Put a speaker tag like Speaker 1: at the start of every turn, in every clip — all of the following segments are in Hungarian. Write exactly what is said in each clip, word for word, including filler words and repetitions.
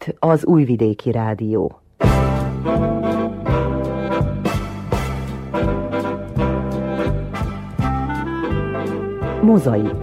Speaker 1: Itt az Újvidéki Rádió. Mozaik.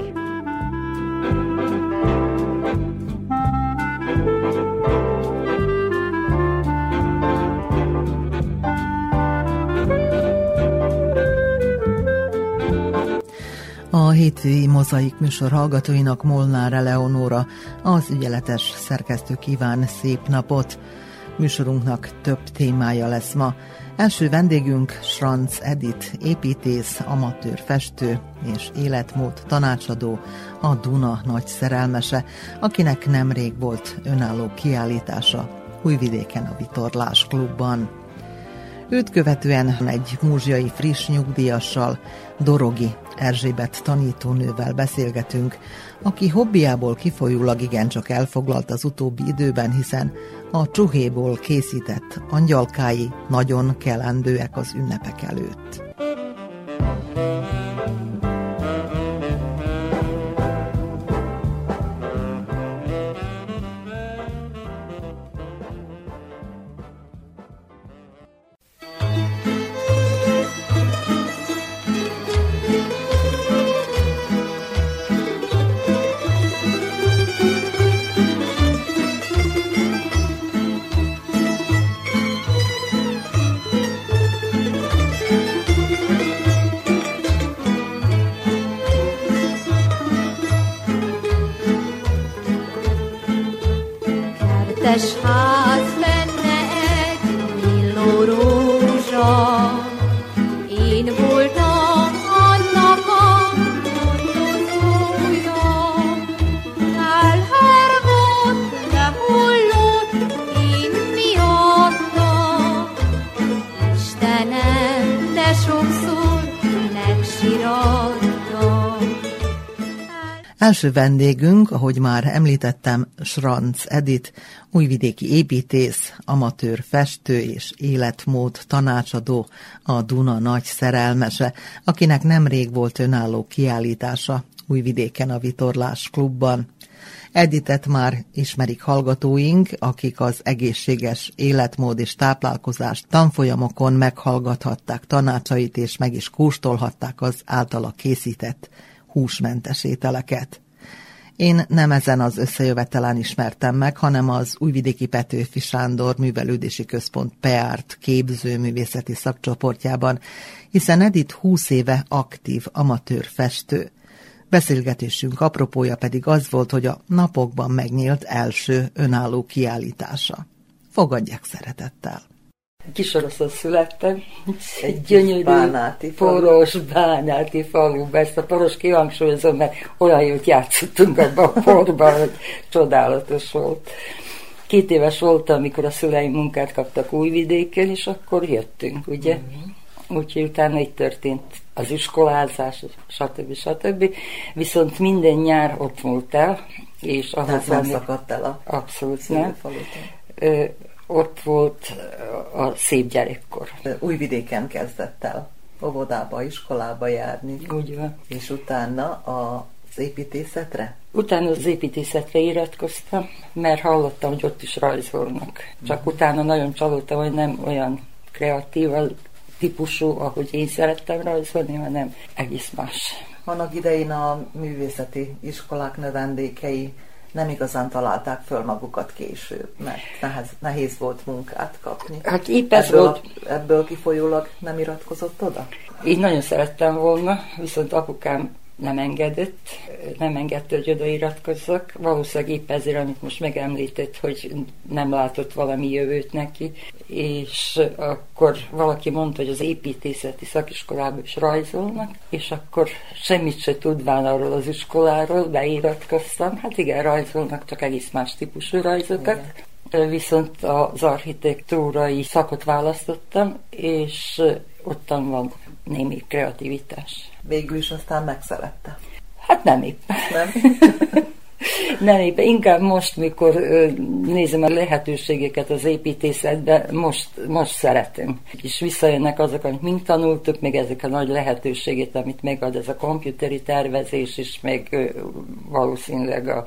Speaker 2: A hétfői Mozaik műsor hallgatóinak Molnár Eleonóra, az ügyeletes szerkesztő kíván szép napot. Műsorunknak több témája lesz ma. Első vendégünk Schranz Edit, építész, amatőr festő és életmód tanácsadó, a Duna nagy szerelmese, akinek nemrég volt önálló kiállítása Újvidéken a Vitorlás klubban. Őt követően egy múzsiai friss nyugdíjassal, Dorogi Erzsébet tanítónővel beszélgetünk, aki hobbiából kifolyólag igencsak elfoglalt az utóbbi időben, hiszen a csuhéból készített angyalkái nagyon kelendőek az ünnepek előtt.
Speaker 3: Kertes ház, benne egy villó rózsa, én voltam annak a gondozója. Elhervadt, lehullott, én miattam. Istenem, de sokszor megsirattam.
Speaker 2: Első vendégünk, ahogy már említettem, Schranz Edit, újvidéki építész, amatőr festő és életmód tanácsadó, a Duna nagy szerelmese, akinek nemrég volt önálló kiállítása Újvidéken a Vitorlás klubban. Editet már ismerik hallgatóink, akik az egészséges életmód és táplálkozás tanfolyamokon meghallgathatták tanácsait, és meg is kóstolhatták az általa készített húsmentes ételeket. Én nem ezen az összejövetelen ismertem meg, hanem az Újvidéki Petőfi Sándor Művelődési Központ Peárt képzőművészeti szakcsoportjában, hiszen Edit húsz éve aktív amatőr festő. Beszélgetésünk apropója pedig az volt, hogy a napokban megnyílt első önálló kiállítása. Fogadják szeretettel!
Speaker 4: Kisoroszon születtem, egy gyönyörű,
Speaker 2: bánáti
Speaker 4: poros bánáti faluba. Ezt a poros kihangsúlyozom, mert olyan jót játszottunk abban a porban, hogy csodálatos volt. Két éves voltam, amikor a szüleim munkát kaptak Újvidéken, és akkor jöttünk, ugye? Mm-hmm. Úgyhogy utána így történt az iskolázás, stb. stb. Viszont minden nyár ott voltál, és ahhoz
Speaker 2: nem szakadt el a
Speaker 4: abszolút nem. Ö, ott volt a szép gyerekkor.
Speaker 2: Újvidéken kezdett el óvodába, iskolába járni.
Speaker 4: Úgy van.
Speaker 2: És utána az építészetre?
Speaker 4: Utána az építészetre iratkoztam, mert hallottam, hogy ott is rajzolnak. Csak mm. utána nagyon csalódtam, hogy nem olyan kreatív típusú, ahogy én szerettem rajzolni, hanem egész más.
Speaker 2: Annak idején a művészeti iskolák növendékei nem igazán találták föl magukat később, mert nehez, nehéz volt munkát kapni.
Speaker 4: Hát épp ez
Speaker 2: ebből,
Speaker 4: volt.
Speaker 2: Ebből kifolyólag nem iratkozott oda?
Speaker 4: Én nagyon szerettem volna, viszont apukám nem engedett, nem engedte, hogy odaíratkozzak. Valószínűleg épp ezért, amit most megemlített, hogy nem látott valami jövőt neki, és akkor valaki mondta, hogy az építészeti szakiskolában is rajzolnak, és akkor semmit se tudván arról az iskoláról, beiratkoztam. Hát igen, rajzolnak, csak egész más típusú rajzokat. Igen. Viszont az architektúrai szakot választottam, és ottan van némi kreativitás.
Speaker 2: Végül is aztán megszerette.
Speaker 4: Hát nem épp.
Speaker 2: Nem?
Speaker 4: Nem épp. Inkább most, mikor nézem a lehetőségeket az építészetben, most, most szeretem. És visszajönnek azok, amit mind tanultuk, meg ezek a nagy lehetőségét, amit megad ez a kompjuteri tervezés is, meg valószínűleg a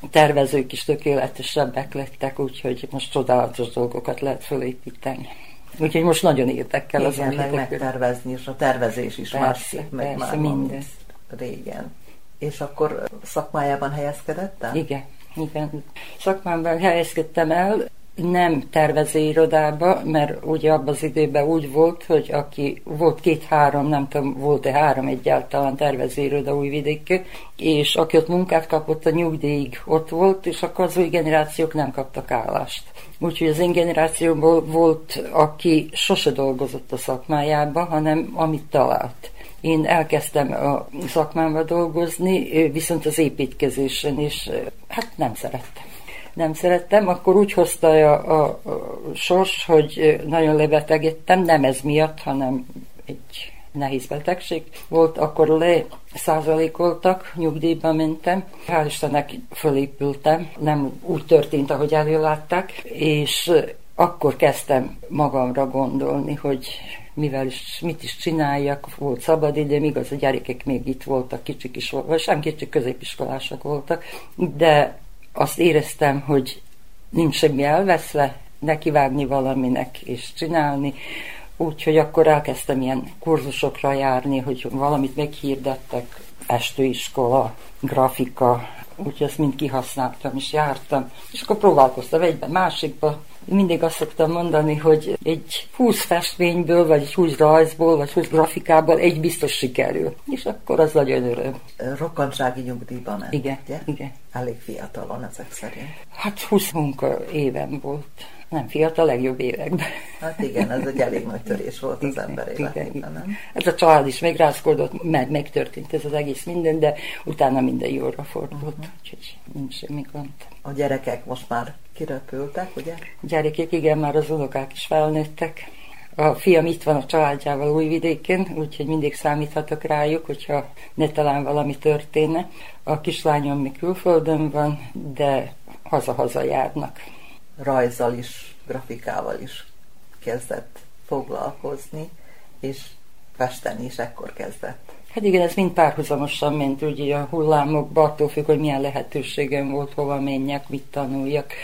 Speaker 4: tervezők is tökéletesebbek lettek, úgyhogy most csodálatos dolgokat lehet fölépíteni. Úgyhogy most nagyon érdekel az
Speaker 2: igen, meg megtervezni, és a tervezés is másképp, meg
Speaker 4: persze,
Speaker 2: már
Speaker 4: minden.
Speaker 2: Régen. És akkor szakmájában helyezkedett el?
Speaker 4: Igen, igen. Szakmámban helyezkedtem el, nem tervezőirodába, mert ugye abban az időben úgy volt, hogy aki volt két-három, nem tudom, volt-e három egyáltalán tervezőiroda Újvidéken, és aki ott munkát kapott, a nyugdíjig ott volt, és akkor az új generációk nem kaptak állást. Úgyhogy az én generációból volt, aki sose dolgozott a szakmájában, hanem amit talált. Én elkezdtem a szakmámba dolgozni, viszont az építkezésen is, hát nem szerettem. Nem szerettem, akkor úgy hozta a, a, a sors, hogy nagyon lebetegedtem, nem ez miatt, hanem egy nehéz betegség volt, akkor leszázalékoltak, nyugdíjba mentem. Hál' Istennek fölépültem, nem úgy történt, ahogy előlátták, és akkor kezdtem magamra gondolni, hogy mivel is, mit is csináljak, volt szabadidőm, igaz, a gyerekek még itt voltak, kicsik is voltak, vagy sem kicsik középiskolások voltak, de azt éreztem, hogy nincs semmi elveszve, nekivágni valaminek és csinálni, úgyhogy akkor elkezdtem ilyen kurzusokra járni, hogy valamit meghirdettek, festőiskola, grafika, úgyhogy ezt mind kihasználtam és jártam, és akkor próbálkoztam egyben, másikba. Mindig azt szoktam mondani, hogy egy húsz festményből, vagy egy húsz rajzból, vagy húsz grafikából egy biztos sikerül. És akkor az nagyon öröm.
Speaker 2: Rokkantsági nyugdíjban ment,
Speaker 4: igen,
Speaker 2: ugye?
Speaker 4: Igen.
Speaker 2: Elég fiatalon ezek szerint.
Speaker 4: Hát húsz munka évem volt. Nem fiatal, legjobb években.
Speaker 2: Hát igen, ez egy elég nagy törés volt az
Speaker 4: igen,
Speaker 2: ember életében, nem?
Speaker 4: Ez a család is megrázkodott, meg megtörtént ez az egész minden, de utána minden jóra fordult, uh-huh. Úgyhogy nincs semmi gond.
Speaker 2: A gyerekek most már kirepültek, ugye?
Speaker 4: A gyerekek, igen, már az unokák is felnőttek. A fiam itt van a családjával Újvidéken, úgyhogy mindig számíthatok rájuk, hogyha ne talán valami történne. A kislányom még külföldön van, de haza-haza járnak.
Speaker 2: Rajzzal is, grafikával is kezdett foglalkozni, és festeni is ekkor kezdett.
Speaker 4: Hát igen, ez mind párhuzamosan ment, ugye a hullámokba, attól függ, hogy milyen lehetőségem volt, hova menjek, mit tanuljak.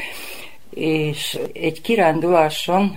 Speaker 4: És egy kiránduláson,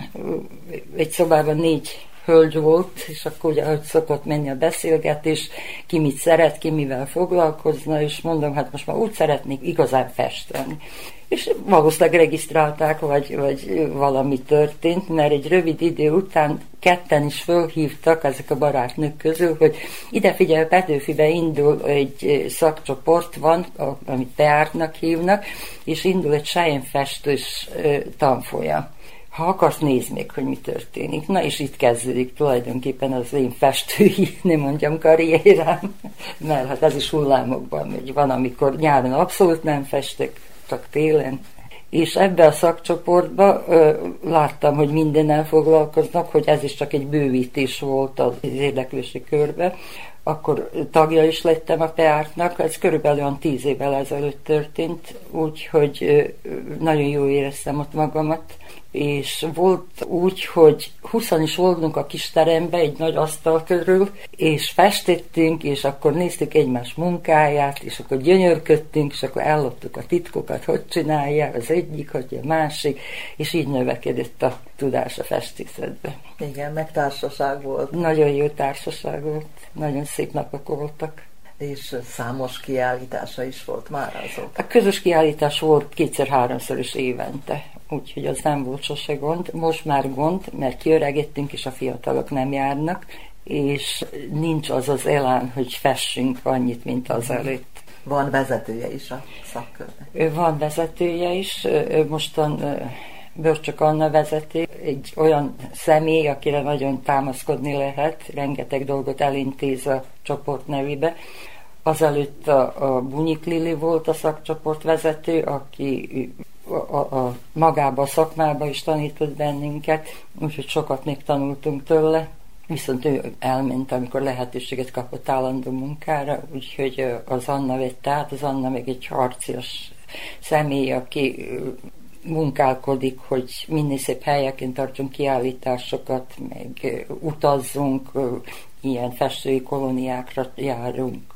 Speaker 4: egy szobában négy hölgy volt, és akkor ugye, ahogy szokott menni a beszélgetés, ki mit szeret, ki mivel foglalkozna, és mondom, hát most már úgy szeretnék igazán festeni. És valószínűleg regisztrálták, vagy, vagy valami történt, mert egy rövid idő után ketten is fölhívtak ezek a barátnők közül, hogy ide figyelj, Petőfibe indul egy szakcsoport van, amit Peártnak hívnak, és indul egy sájénfestős tanfolyam. Ha akarsz, nézd még, hogy mi történik. Na, és itt kezdődik tulajdonképpen az én festői, nem mondjam, karrierám, mert hát ez is hullámokban megy. Van, amikor nyáron abszolút nem festek, csak télen. És ebbe a szakcsoportba ö, láttam, hogy mindennel foglalkoznak, hogy ez is csak egy bővítés volt az érdeklősi körbe. Akkor tagja is lettem a Peártnak, ez körülbelül olyan tíz évvel ezelőtt történt, úgyhogy nagyon jól éreztem ott magamat, és volt úgy, hogy huszan is voltunk a kis terembe, egy nagy asztal körül, és festettünk, és akkor néztük egymás munkáját, és akkor gyönyörködtünk, és akkor elloptuk a titkokat, hogy csinálja az egyik, hogy a másik, és így növekedett a tudás a festészetbe.
Speaker 2: Igen, meg társaság volt.
Speaker 4: Nagyon jó társaság volt, nagyon szép napok voltak.
Speaker 2: És számos kiállítása is volt már azóta.
Speaker 4: A közös kiállítás volt kétszer-háromszor is évente, úgyhogy az nem volt sose gond. Most már gond, mert kiöregettünk, és a fiatalok nem járnak, és nincs az az elán, hogy fessünk annyit, mint az előtt.
Speaker 2: Van vezetője is a szakkörnek?
Speaker 4: Van vezetője is, mostan Börcsök Anna vezeti, egy olyan személy, akire nagyon támaszkodni lehet, rengeteg dolgot elintéz a csoport nevébe. Azelőtt a, a Bunyik Lili volt a szakcsoport vezető, aki a, a, a magába a szakmába is tanított bennünket, úgyhogy sokat még tanultunk tőle. Viszont ő elment, amikor lehetőséget kapott állandó munkára, úgyhogy az Anna vette át, az Anna meg egy harcias személy, aki munkálkodik, hogy minél szép helyeken tartsunk kiállításokat, meg utazzunk, ilyen festői kolóniákra járunk.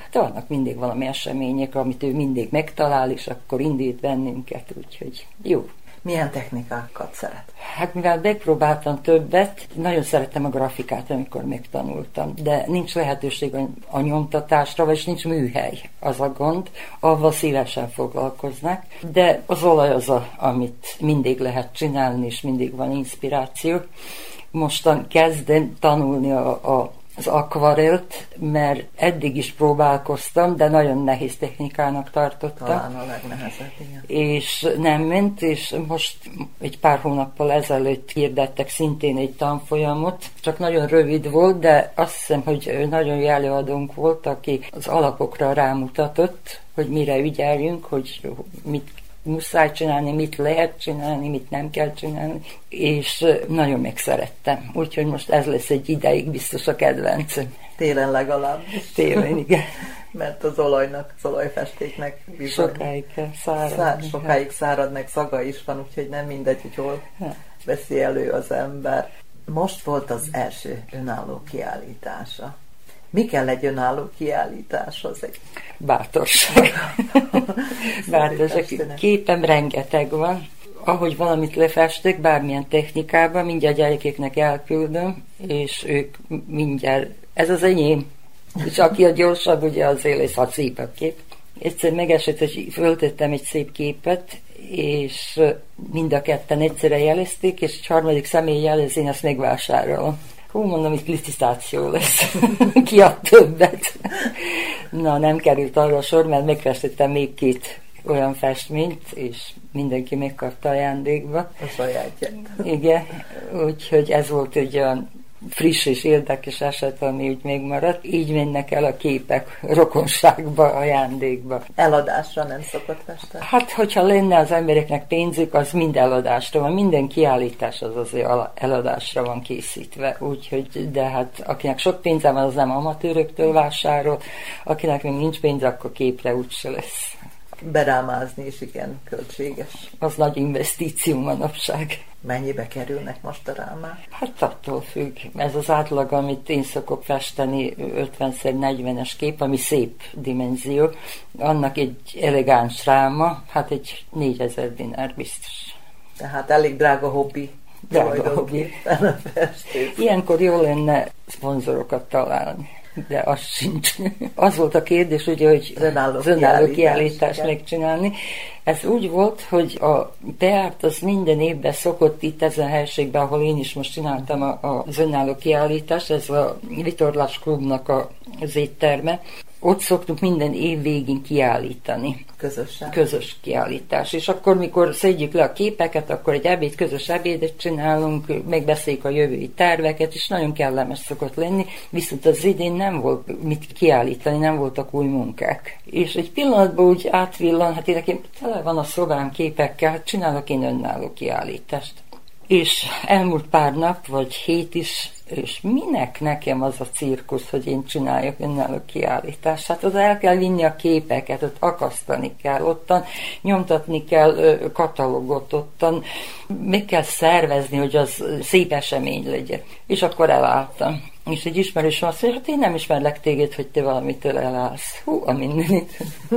Speaker 4: hát vannak mindig valami események, amit ő mindig megtalál, és akkor indít bennünket, úgyhogy jó.
Speaker 2: Milyen technikákat szeret?
Speaker 4: Hát mivel megpróbáltam többet, nagyon szerettem a grafikát, amikor megtanultam, de nincs lehetőség a, a nyomtatásra, vagy nincs műhely, az a gond, avval szívesen foglalkoznak, de az olaj az, a, amit mindig lehet csinálni, és mindig van inspiráció. Mostan kezdem tanulni a, a az akvarelt, mert eddig is próbálkoztam, de nagyon nehéz technikának tartottam.
Speaker 2: Talán a legnehezebb, igen.
Speaker 4: És nem ment, és most egy pár hónappal ezelőtt hirdettek szintén egy tanfolyamot, csak nagyon rövid volt, de azt hiszem, hogy nagyon jó előadónk volt, aki az alapokra rámutatott, hogy mire ügyeljünk, hogy mit muszáj csinálni, mit lehet csinálni, mit nem kell csinálni, és nagyon megszerettem. Úgyhogy most ez lesz egy ideig biztos a kedvencem.
Speaker 2: Télen legalább.
Speaker 4: Télen, igen.
Speaker 2: Mert az olajnak, az olajfestéknek bizony
Speaker 4: sokáig kell száradni.
Speaker 2: Szár, sokáig szárad, meg szaga is van, úgyhogy nem mindegy, hogy hol veszi elő az ember. Most volt az első önálló kiállítása. Mi kell egy önálló kiállításhoz? Egy...
Speaker 4: Bátorság. Bátorság. Képem rengeteg van. Ahogy valamit lefestek, bármilyen technikában, mindjárt gyerekeknek elküldöm, és ők mindjárt, ez az enyém. És aki a gyorsabb, ugye azért lesz a szép a kép. Egyszer megesett, hogy föltettem egy szép képet, és mind a ketten egyszerre jelezték, és egy harmadik személy jelez, én azt megvásárolom. Hú, mondom, itt licitáció lesz. Ki ad többet? Na, nem került arra a sor, mert megfestettem még két olyan festményt, és mindenki megkapta ajándékba.
Speaker 2: A sajátját.
Speaker 4: Igen, úgyhogy ez volt egy olyan friss és érdekes eset, ami úgy megmaradt. Így mennek el a képek rokonságba, ajándékba.
Speaker 2: Eladásra nem szokott festeni?
Speaker 4: Hát, hogyha lenne az embereknek pénzük, az mind eladásra van. Minden kiállítás az azért eladásra van készítve. Úgyhogy, de hát akinek sok pénze van, az nem amatőröktől vásárol. Akinek még nincs pénz, akkor képre úgyse lesz.
Speaker 2: Berámázni is igen költséges.
Speaker 4: Az nagy investíció manapság.
Speaker 2: Mennyibe kerülnek most a rámák?
Speaker 4: Hát attól függ. Ez az átlag, amit én szokok festeni, ötven negyvenes kép, ami szép dimenzió. Annak egy elegáns ráma, hát egy négyezer dinár biztos.
Speaker 2: Tehát elég drága hobbi.
Speaker 4: Drága hobbi. Ilyenkor jó lenne szponzorokat találni. De az sincs. Az volt a kérdés, ugye, hogy az önálló kiállítást megcsinálni. Ez úgy volt, hogy a teárt az minden évben szokott itt ezen a helységben, ahol én is most csináltam a, a, az önálló kiállítást, ez a Vitorlás Klubnak a, az étterme. Ott szoktuk minden év végén kiállítani.
Speaker 2: Közösen.
Speaker 4: Közös kiállítás. És akkor, mikor szedjük le a képeket, akkor egy ebéd, közös ebédet csinálunk, megbeszéljük a jövői terveket, és nagyon kellemes szokott lenni, viszont az idén nem volt mit kiállítani, nem voltak új munkák. És egy pillanatban úgy átvillan, hát én tele van a szobám képekkel, hát csinálok én önálló kiállítást. És elmúlt pár nap, vagy hét is, és minek nekem az a cirkusz, hogy én csináljak önálló kiállítást? Hát oda el kell vinni a képeket, ott akasztani kell, ottan nyomtatni kell katalogot, ottan meg kell szervezni, hogy az szép esemény legyen. És akkor elálltam. És egy ismerősöm azt mondja, hát én nem ismerlek téged, hogy te valamitől elállsz. Hú, a mindenit.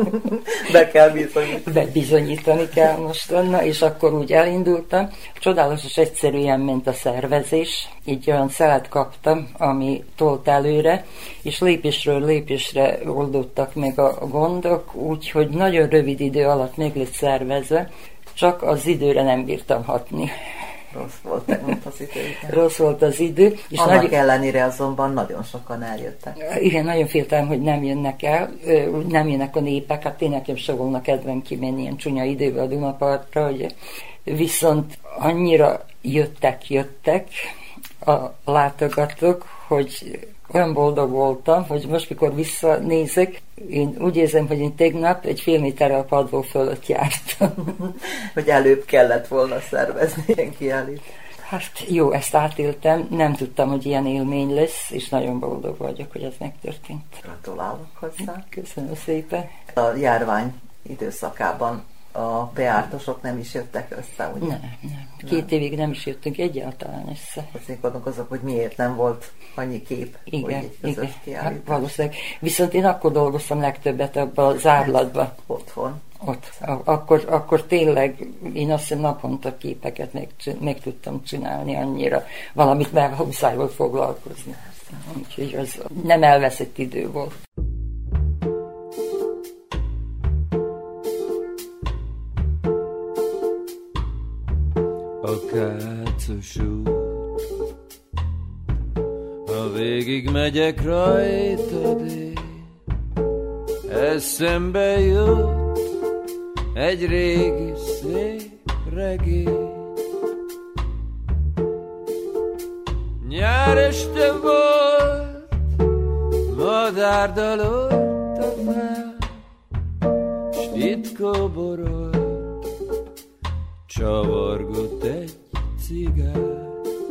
Speaker 2: Be kell bizonyítani.
Speaker 4: Be bizonyítani kell mostanna, és akkor úgy elindultam. Csodálatos, egyszerűen ment a szervezés. Így olyan szelet kaptam, ami tolt előre, és lépésről lépésre oldottak meg a gondok, úgyhogy nagyon rövid idő alatt meg lett szervezve, csak az időre nem bírtam hatni.
Speaker 2: Rossz volt tegnap az idő.
Speaker 4: Rossz volt az idő.
Speaker 2: És annak nagy... ellenére azonban nagyon sokan eljöttek.
Speaker 4: Igen, nagyon féltem, hogy nem jönnek el, nem jönnek a népek, hát én nekem se volna kedvem kimenni ilyen csúnya időben a Dunapartra, ugye. Viszont annyira jöttek, jöttek a látogatók, hogy olyan boldog voltam, hogy most, mikor visszanézek, én úgy érzem, hogy én tegnap egy fél méterrel a padló fölött jártam.
Speaker 2: Hogy előbb kellett volna szervezni ilyen kiállítást.
Speaker 4: Hát jó, ezt átéltem, nem tudtam, hogy ilyen élmény lesz, és nagyon boldog vagyok, hogy ez megtörtént.
Speaker 2: Gratulálok hozzá.
Speaker 4: Köszönöm szépen.
Speaker 2: A járvány időszakában a beártosok nem is jöttek össze, ugye?
Speaker 4: Nem, nem. Két nem. évig nem is jöttünk egyáltalán össze.
Speaker 2: Azért gondolkozok, hogy miért nem volt annyi kép,
Speaker 4: igen,
Speaker 2: hogy egy közös
Speaker 4: igen. Hát, valószínűleg. Viszont én akkor dolgoztam legtöbbet abban az árlatban.
Speaker 2: Otthon.
Speaker 4: Ott. Akkor, akkor tényleg én azt hiszem naponta képeket meg, meg tudtam csinálni annyira. Valamit meg muszáj volt foglalkozni. Úgyhogy az nem elveszett idő volt.
Speaker 5: A kácos út, ha végig megyek rajtad én, eszembe jut egy régi szép regény. Nyár este volt, madár dalolt a fán, s itt kóborolt, csavargott egy cigány.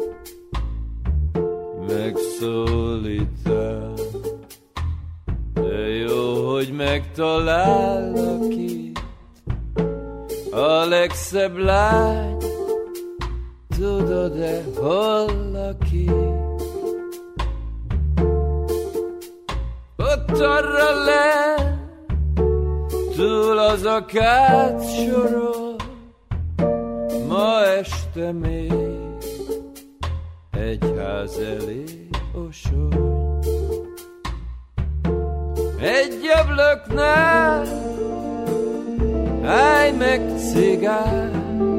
Speaker 5: Megszólítál, de jó, hogy megtalállak itt, a legszebb lány, tudod-e, hol lakik? Ott arra le, túl az akác soron, ma este még egy ház elé osony. Egy ablaknál állj meg cigány,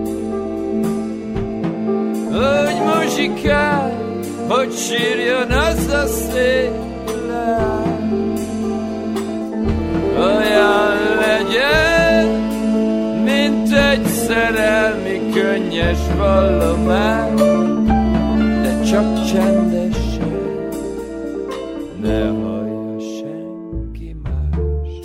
Speaker 5: hogy muzsikál, hogy sírjon az a szép lány. Olyan legyen, mint egy szerelmi könnyes vallomány, de csak csendesen, ne hallja senki más.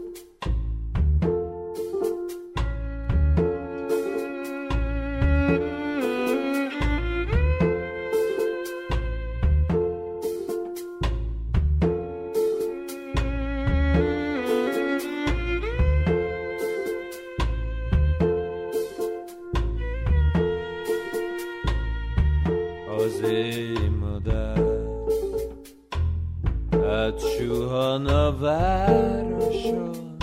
Speaker 5: Az éjmadár átsuhan a városon,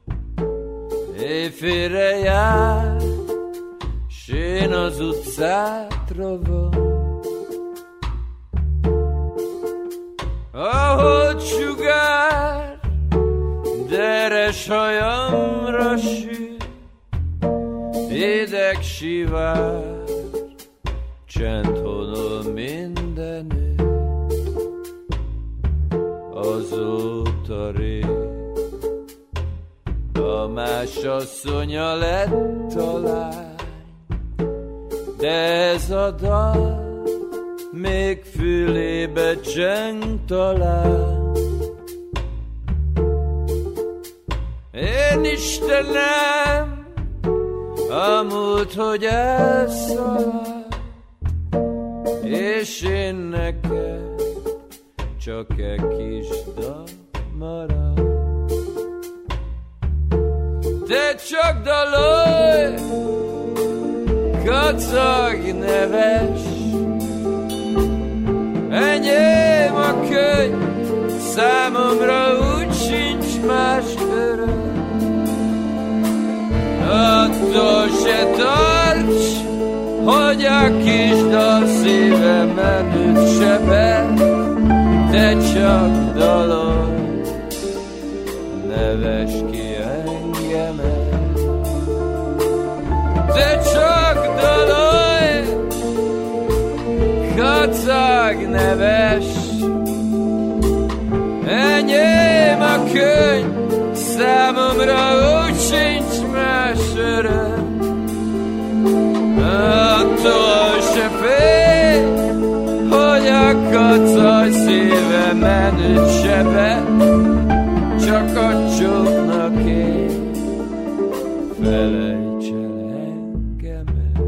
Speaker 5: éjfélre jár, s én az utcát rovom. A holdsugár deres hajamra süt, édek sivár, csend honol mindenütt. Azóta rég a más asszonya lett a lány, de ez a dal még fülébe cseng talán. Én Istenem, a múlt, hogy elszalad, és én neked csak egy kis dal marad. Te csak dalolj, kacag, neves, enyém a könyv, számomra úgy sincs más öröm. Attól se tarts, hogy a kis dal szívemen üt sebet, te csak dalolj, neves ki engemet. Te csak dalolj, kacag, neves, enyém a könyv, számomra úgy sincs más öröm. Attól se félj, hogy a kacaj szívemen üt sebet, csak a csóknak én felejts el engemet.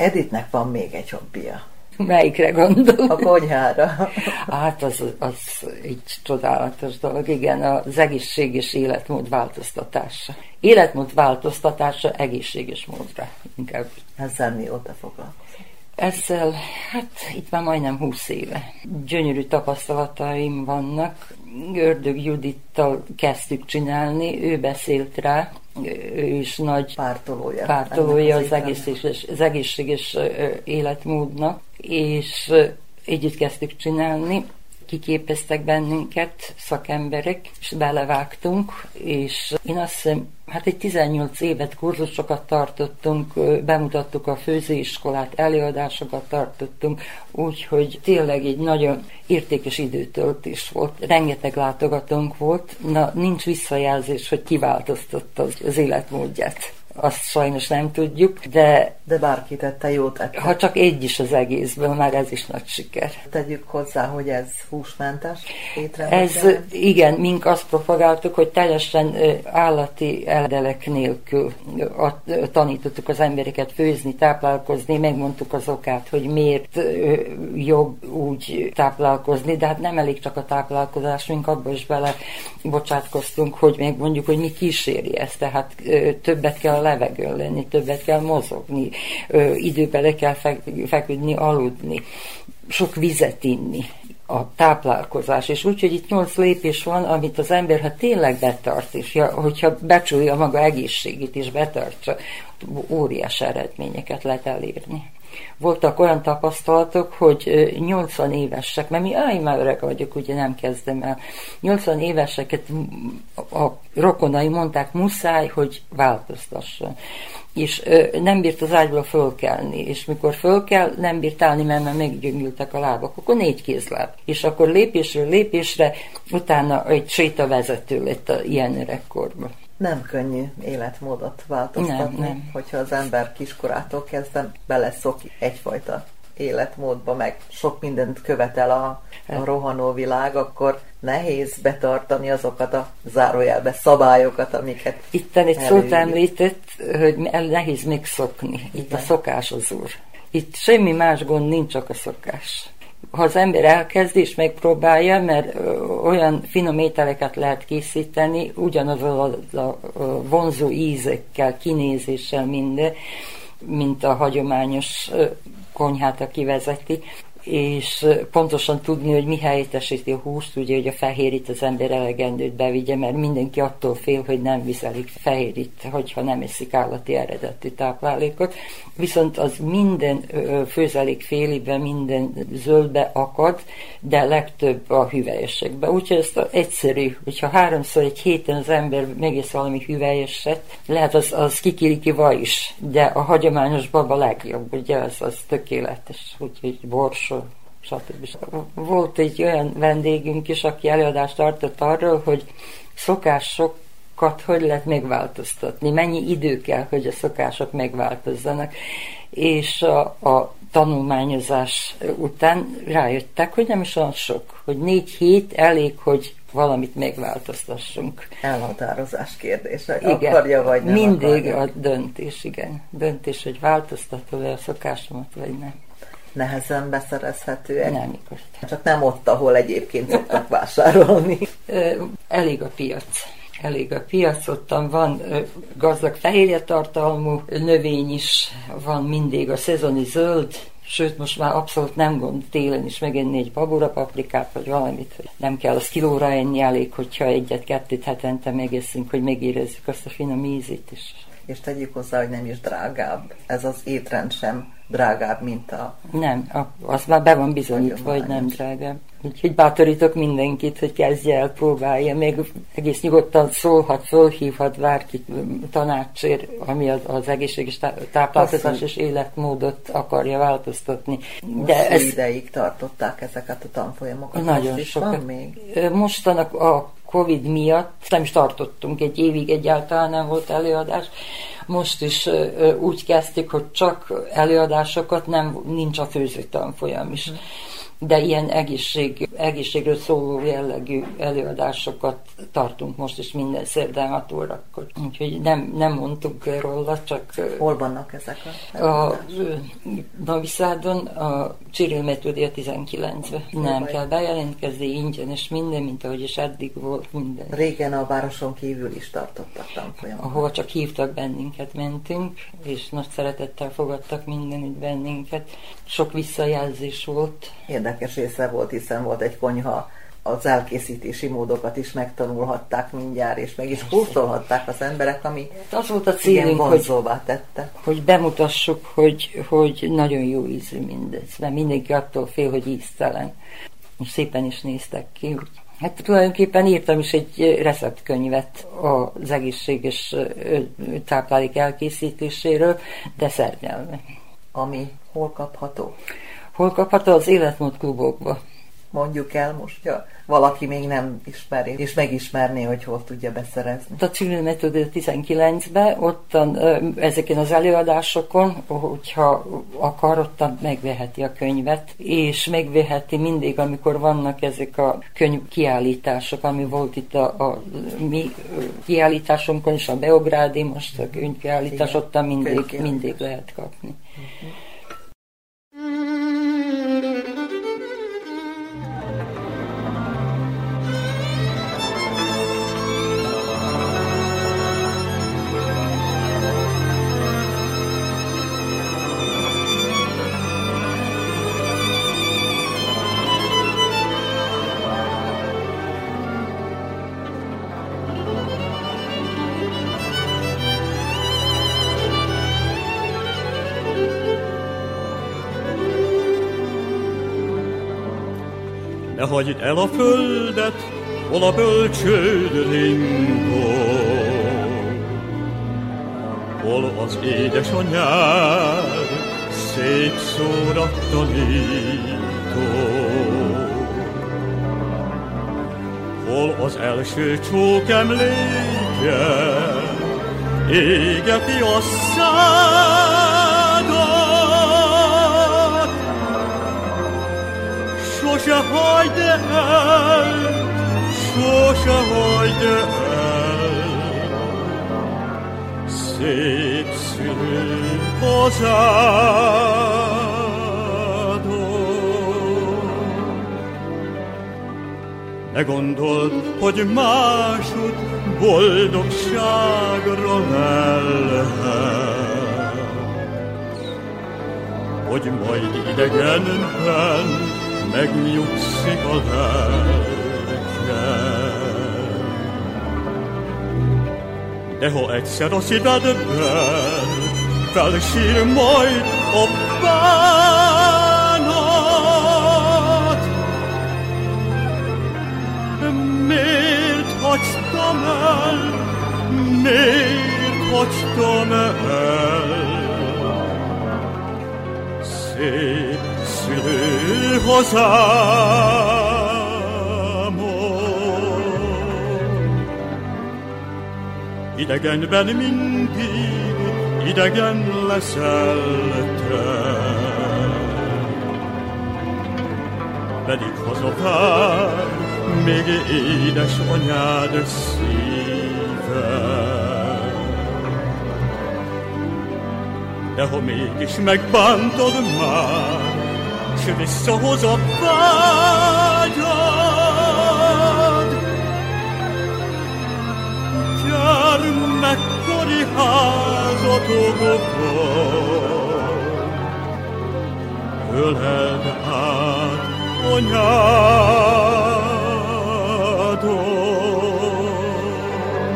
Speaker 2: Editnek van még egy hobbija.
Speaker 4: Melyikre gondol?
Speaker 2: A konyhára.
Speaker 4: Hát az, az így csodálatos dolog, igen, az egészséges életmód változtatása. Életmód változtatása egészséges módra inkább.
Speaker 2: Ezzel mióta foglalkozom?
Speaker 4: Ezzel, hát itt már majdnem húsz éve. Gyönyörű tapasztalataim vannak. Ördög Judittal kezdtük csinálni, ő beszélt rá, ő is nagy
Speaker 2: pártolója,
Speaker 4: pártolója az, az, egészséges, az egészséges életmódnak, és együtt kezdtük csinálni. Kiképeztek bennünket szakemberek, és belevágtunk, és én azt hiszem, hát egy tizennyolc évet kurzusokat tartottunk, bemutattuk a főzőiskolát, előadásokat tartottunk, úgyhogy tényleg egy nagyon értékes időtöltés volt. Rengeteg látogatónk volt, na nincs visszajelzés, hogy kiváltoztatta az életmódját. Azt sajnos nem tudjuk, de...
Speaker 2: De bárki tette, jó tette.
Speaker 4: Ha csak egy is az egészből, már ez is nagy siker.
Speaker 2: Tegyük hozzá, hogy ez húsmentes
Speaker 4: étrendben. Ez, igen, mink azt propagáltuk, hogy teljesen állati eldelek nélkül tanítottuk az embereket főzni, táplálkozni, megmondtuk az okát, hogy miért jobb úgy táplálkozni, de hát nem elég csak a táplálkozás, mink abba is bele bocsátkoztunk, hogy megmondjuk, hogy mi kíséri ezt, tehát többet kell levegőn lenni, többet kell mozogni, ö, időbe le kell feküdni, aludni, sok vizet inni, a táplálkozás, és úgyhogy itt nyolc lépés van, amit az ember, ha tényleg betart, és ja, hogyha becsülja maga egészségét és betartsa, óriási eredményeket lehet elérni. Voltak olyan tapasztalatok, hogy nyolcvan évesek, mert mi, áj, már öreg vagyok, ugye nem kezdem el, nyolcvan éveseket a rokonai mondták, muszáj, hogy változtasson. És ö, nem bírt az ágyból fölkelni, és mikor fölkel, nem bírt állni, mert már meggyöngültek a lábak, akkor négy kézláb. És akkor lépésről lépésre, utána egy sétavezető lett a ilyen öregkorban.
Speaker 2: Nem könnyű életmódot változtatni,
Speaker 4: nem, nem.
Speaker 2: Hogyha az ember kiskorától kezdve beleszokik egyfajta életmódba, meg sok mindent követel a, a rohanó világ, akkor nehéz betartani azokat a zárójelbe szabályokat, amiket
Speaker 4: Itten egy szót említett, hogy nehéz megszokni. Itt igen. A szokás az úr. Itt semmi más gond nincs, csak a szokás. Ha az ember elkezd és megpróbálja, mert olyan finom ételeket lehet készíteni, ugyanazzal a, a, a vonzó ízekkel, kinézéssel minden, mint a hagyományos konyhát, aki vezeti, és pontosan tudni, hogy mi helyettesíti a húst, ugye, hogy a fehérít az ember elegendőt bevigye, mert mindenki attól fél, hogy nem visz elég fehérít, hogyha nem eszik állati eredetű táplálékot. Viszont az minden főzelék félibe, minden zöldbe akad, de legtöbb a hüvelyesekbe. Úgyhogy ez egyszerű, hogyha háromszor egy héten az ember megész valami hüvelyeset, lehet az, az kikiriki vaj is, de a hagyományos baba legjobb, ugye, az, az tökéletes, úgyhogy bors, stb. Volt egy olyan vendégünk is, aki előadást tartott arról, hogy szokásokat hogy lehet megváltoztatni, mennyi idő kell, hogy a szokások megváltozzanak, és a, a tanulmányozás után rájöttek, hogy nem is olyan sok, hogy négy hét elég, hogy valamit megváltoztassunk.
Speaker 2: Elhatározás kérdése.
Speaker 4: Igen,
Speaker 2: akarja vagy nem
Speaker 4: mindig
Speaker 2: akarja.
Speaker 4: A döntés, igen. Döntés, hogy változtatom-e a szokásomat, vagy nem.
Speaker 2: Nehezen beszerezhetőek?
Speaker 4: Nem igaz.
Speaker 2: Csak nem ott, ahol egyébként szoktak vásárolni.
Speaker 4: Elég a piac. Elég a piac, ottan van gazdag fehérjetartalmú növény is, van mindig a szezoni zöld, sőt, most már abszolút nem gond télen is megenni egy babura paprikát, vagy valamit, hogy nem kell az kilóra enni, elég, hogyha egyet-kettőt hetente megeszünk, hogy megérezzük azt a finom ízét is.
Speaker 2: És tegyük hozzá, hogy nem is drágább. Ez az étrend sem drágább, mint a...
Speaker 4: Nem, az már be van bizonyítva, hogy nem drágább. Úgyhogy bátorítok mindenkit, hogy kezdje el, próbálja, még egész nyugodtan szólhat, fölhívhat bárkit tanácsért, ami az, az egészséges táplálkozás és életmódot akarja változtatni.
Speaker 2: De ez ideig tartották ezeket a tanfolyamokat?
Speaker 4: Nagyon sokat. Mostan a Covid miatt nem is tartottunk, egy évig egyáltalán nem volt előadás. Most is ö, úgy kezdtük, hogy csak előadásokat, nem, nincs a főzőtanfolyam is. de ilyen egészség, egészségről szóló jellegű előadásokat tartunk most is minden szerdán hat órakor. Úgyhogy nem, nem mondtunk róla, csak...
Speaker 2: Hol vannak ezek a...
Speaker 4: A Novi Sadon, a Cyril Metodia tizenkilencben. Nem kell bejelentkezni, ingyenes minden, mint ahogy is eddig volt minden.
Speaker 2: Régen a városon kívül is tartottak tanfolyamokat.
Speaker 4: Ahova csak hívtak bennünket, mentünk, és nagy szeretettel fogadtak mindenütt bennünket. Sok visszajelzés volt.
Speaker 2: Érdekes része volt, hiszen volt egy konyha, az elkészítési módokat is megtanulhatták mindjárt, és meg is kóstolhatták az emberek, ami
Speaker 4: az volt a célunk, hogy,
Speaker 2: tette.
Speaker 4: hogy bemutassuk, hogy, hogy nagyon jó ízű mindez, mert mindenki attól fél, hogy íztelen. És szépen is néztek ki. Hát tulajdonképpen írtam is egy receptkönyvet az egészséges táplálék elkészítéséről, de szernyelve.
Speaker 2: Ami hol kapható?
Speaker 4: Hol kapható? Az Életmód klubokba.
Speaker 2: Mondjuk el most, ja, valaki még nem ismeri, és megismerné, hogy hol tudja beszerezni.
Speaker 4: A Cyril Metodia tizenkilencben, ottan ezeken az előadásokon, hogyha akar, ottan megveheti a könyvet, és megveheti mindig, amikor vannak ezek a könyv kiállítások, ami volt itt a, a mi kiállításunkon is, a Beográdi, most a könyvkiállítás, ottan mindig, mindig lehet kapni. Uh-huh.
Speaker 6: Ne hagyd el a földet, hol a bölcsőd ringol, hol az édesanyád szép szóra tanító, hol az első csók emléke égeti a szádat. Sose hagyd el, sose hagyd el, szép szülő hazádon. Ne gondold, hogy másút boldogságra lelhet, hogy majd idegenben megnyugszik a lelked. De ha egyszer a szívedben felsír majd a bánat, miért hagytam el, miért hagytam el szép szülő hazámon. Idegenben mindig idegen leszel te, pedig hazavár még édesanyád szíve. De ha mégis megbántod már, s visszahoz a vágyad, gyermekkori házatokon, öleld át anyádon.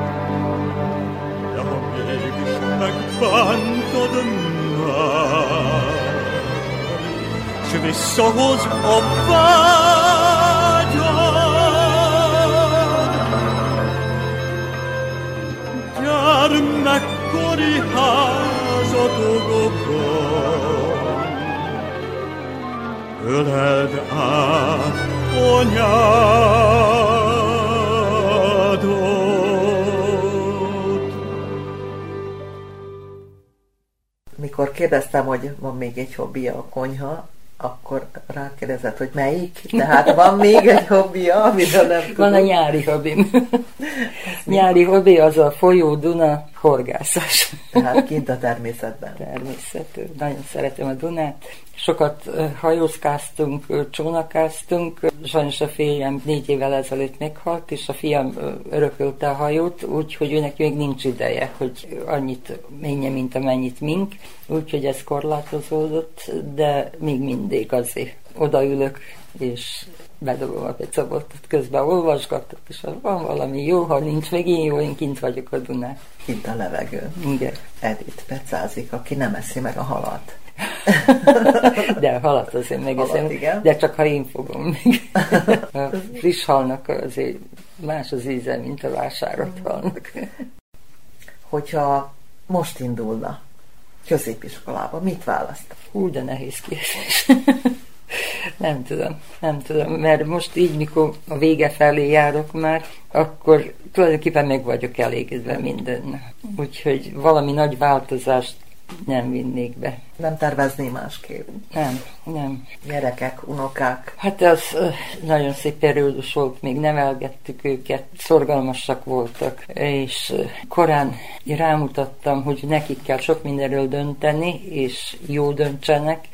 Speaker 6: De ha mégis megbántod már, s visszahoz a vágyad, gyermekkori házatokon, öleld át anyádon.
Speaker 2: Mikor kérdeztem, hogy van még egy hobbija a konyha, Akkor rákérdezett, hogy melyik? Tehát van még egy hobbija, amiről nem tudom.
Speaker 4: Van a nyári hobbim. Nyári hobbi az a folyó, Duna, horgászás.
Speaker 2: Tehát kint a természetben.
Speaker 4: Természet. Nagyon szeretem a Dunát. Sokat hajózkáztunk, csónakáztunk. Sajnos a férjem négy évvel ezelőtt meghalt, és a fiam örökölte a hajót, úgyhogy őnek még nincs ideje, hogy annyit menjen, mint amennyit mink. Úgyhogy ez korlátozódott, de még mindig azért odaülök, és bedobom a pecaboltot, közben olvasgatok, és ha van valami jó, ha nincs meg én jó, én kint vagyok a Dunán.
Speaker 2: Kint a levegőn.
Speaker 4: Igen.
Speaker 2: Edith pecázik, aki nem eszi meg a halat.
Speaker 4: De a halat azért megeszem,
Speaker 2: Halat, igen.
Speaker 4: de csak ha én fogom meg. A friss halnak azért más az íze, mint a vásárolt halnak.
Speaker 2: Hogyha most indulna középiskolába, mit választ?
Speaker 4: Hú, de nehéz kérdés. Nem tudom, nem tudom, mert most így, mikor a vége felé járok már, akkor tulajdonképpen meg vagyok elégedve mindennel. Úgyhogy valami nagy változást nem vinnék be.
Speaker 2: Nem tervezné másképp?
Speaker 4: Nem, nem.
Speaker 2: Gyerekek, unokák?
Speaker 4: Hát az nagyon szép periódus volt, még nevelgettük őket, szorgalmasak voltak, és korán rámutattam, hogy nekik kell sok mindenről dönteni, és jó döntsenek,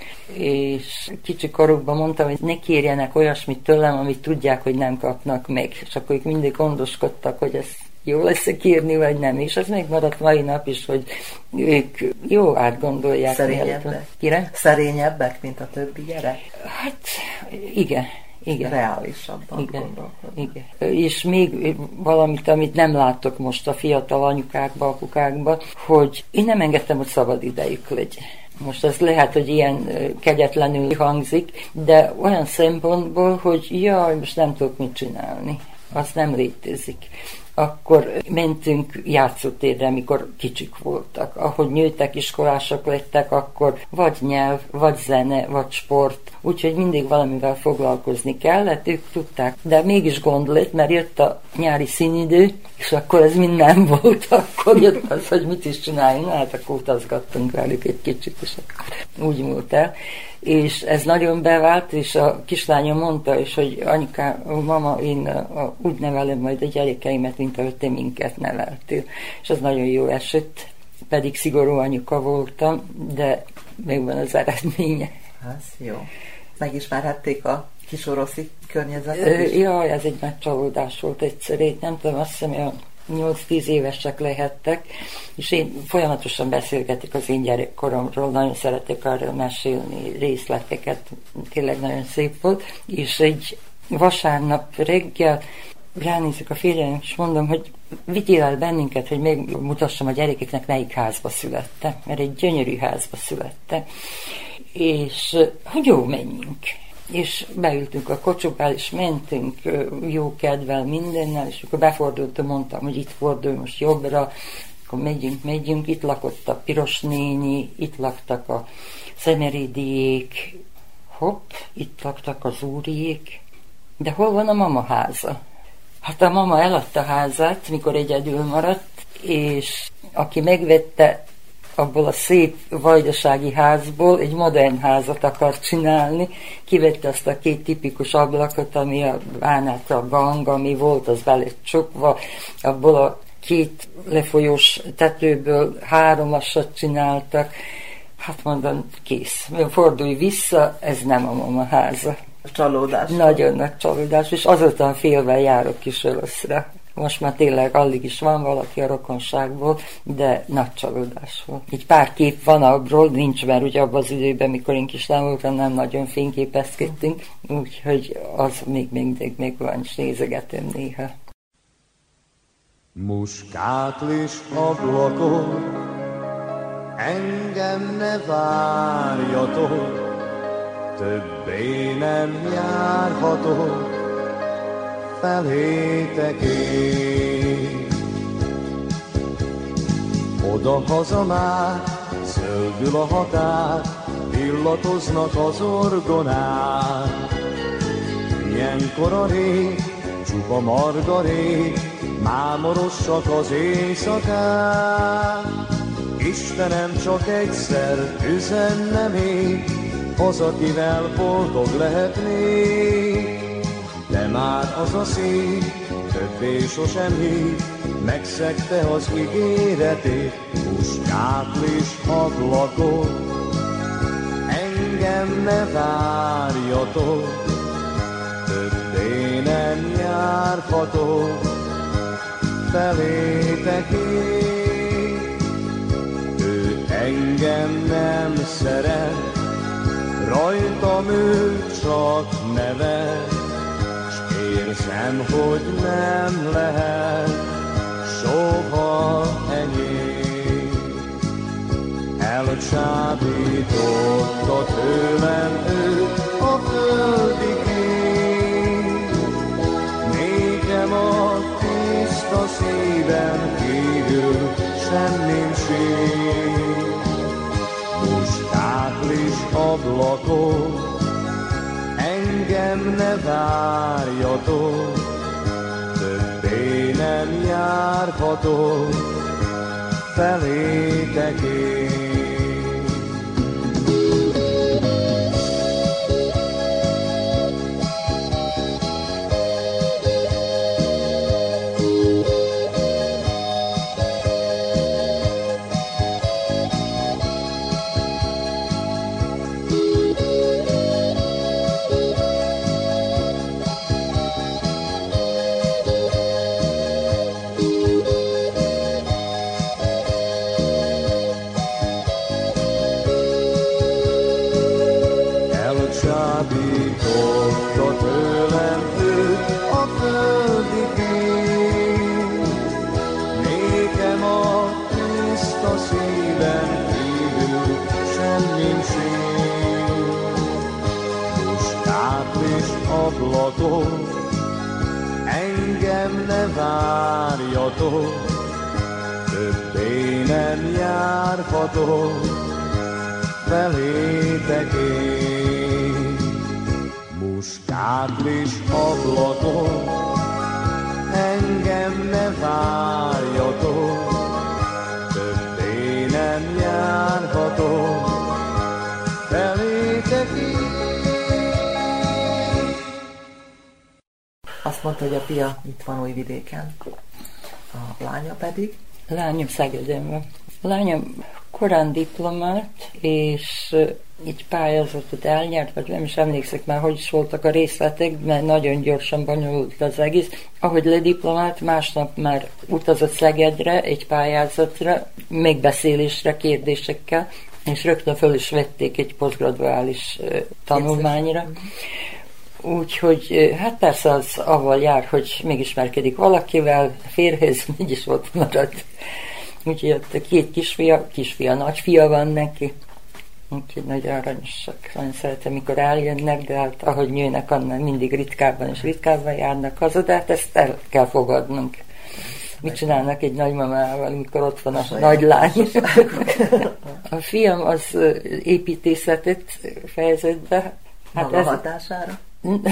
Speaker 4: és kicsi korukban mondtam, hogy ne kérjenek olyasmit tőlem, amit tudják, hogy nem kapnak meg. És akkor ők mindig gondoskodtak, hogy ezt jó lesz-e kérni, vagy nem. És ez még maradt mai nap is, hogy ők jó átgondolják.
Speaker 2: Szerényebbek?
Speaker 4: Kire?
Speaker 2: Szerényebbek, mint a többi gyerek?
Speaker 4: Hát, igen. Igen.
Speaker 2: Reálisabban
Speaker 4: igen,
Speaker 2: gondolkodnak.
Speaker 4: Igen. És még valamit, amit nem látok most a fiatal anyukákba, apukákba, hogy én nem engedtem, hogy szabad idejük legyen. Most ez lehet, hogy ilyen kegyetlenül hangzik, de olyan szempontból, hogy jaj, most nem tudok mit csinálni. Az nem létezik. Akkor mentünk játszótérre, mikor kicsik voltak. Ahogy nőttek, iskolások lettek, akkor vagy nyelv, vagy zene, vagy sport. Úgyhogy mindig valamivel foglalkozni kellett, ők tudták. De mégis gond lett, mert jött a nyári színidő, és akkor ez mind nem volt. Akkor jött az, hogy mit is csináljunk. Hát akkor utazgattunk velük egy kicsit, és akkor úgy múlt el. És ez nagyon bevált, és a kislányom mondta is, hogy anyuká, mama, én a, úgy nevelem majd a gyerekeimet, mint ahogy te minket neveltél. És ez nagyon jó esett, pedig szigorú anyuka voltam, de megvan az eredménye.
Speaker 2: Ez jó. Megismerhették a kisoroszi környezetet is?
Speaker 4: Jaj, ez egy nagy csalódás volt egyszer. Én nem tudom, azt hiszem, hogy nyolc-tíz évesek lehettek, és én folyamatosan beszélgetek az én gyerekkoromról, nagyon szeretek arról mesélni, részleteket, tényleg nagyon szép volt, és egy vasárnap reggel ránézek a férjem, és mondom, hogy vigyél el bennünket, hogy megmutassam a gyerekeknek, melyik házba születtem, mert egy gyönyörű házba születtem, és hogy jó, menjünk. És beültünk a kocsiba, és mentünk jó kedvel mindennel, és akkor befordultam, mondtam, hogy itt fordul most jobbra, akkor megyünk, megyünk, itt lakott a Piros néni, itt laktak a Szemerédiék, hopp, itt laktak az úriék, de hol van a mama háza? Hát a mama eladta házát, mikor egyedül maradt, és aki megvette, abból a szép vajdasági házból egy modern házat akar csinálni. Kivette azt a két tipikus ablakot, ami a bánát, a gang, ami volt, az be lett csukva. Abból a két lefolyós tetőből három lassat csináltak. Hát mondom, kész. Fordulj vissza, ez nem a mama háza.
Speaker 2: Csalódás.
Speaker 4: Nagyon nagy csalódás, és azután félvel járok Kisoroszra. Most már tényleg alig is van valaki a rokonságból, de nagy csalódás volt. Egy pár kép van abból, nincs, mert ugye abban az időben, mikor én kislány voltam, nem nagyon fényképezkedtünk, úgyhogy az még mindig még van, és nézegetem néha.
Speaker 7: Muskátlis ablakon engem ne várjatok, többé nem járhatok felétek én. Oda-haza már zöldül a határ, illatoznak az orgonák. Ilyenkor a rég, csupa margarét, mámorosak az éjszakák. Istenem, csak egyszer üzenne még, az, akivel boldog lehetnék, de már az a szív többé sosem hív, megszegte az ígéretét, muskátlis ablakot. Engem ne várjatok, többé nem járhatok felétek én. Ő engem nem szeret, rajtam ő csak nevet, s érzem, hogy nem lehet soha enyém. Elcsábította tőlem ő a földi kép, nékem a tiszta szívem kívül semmim sincs. Muskátlis ablakok, engem ne várjatok, többé nem járhatok felétek én. Elcsábította tőlem ő a földi kép, nékem a tiszta szívem kívül semmim sincs. Muskátlis ablakok, engem ne várjatok, többé nem járhatok felétek én. Muskátlis ablakok, engem ne várjatok, többé nem járhatok felétek én.
Speaker 2: Azt mondta, hogy a fia itt van Újvidéken, a lánya pedig?
Speaker 4: Lányom Szegeden van. Lányom korán diplomált, és így pályázatot elnyert, vagy nem is emlékszek már, hogy is voltak a részletek, mert nagyon gyorsan bonyolult az egész. Ahogy lediplomált, másnap már utazott Szegedre egy pályázatra, megbeszélésre, kérdésekkel, és rögtön föl is vették egy posztgraduális tanulmányra. Úgyhogy hát persze az avval jár, hogy megismerkedik valakivel, férhez, így is volt maradt. Úgyhogy ott két kisfia, kisfia, nagyfia van neki. Úgyhogy nagyon aranyosak. Nagyon szeretem, mikor eljönnek, de hát ahogy nőnek, annál mindig ritkábban és ritkábban járnak haza, de hát ezt el kell fogadnunk. Mit csinálnak egy nagymamával, mikor ott van a nagylány? A fiam az építészetet fejezett be.
Speaker 2: Hát maga ez... hatására?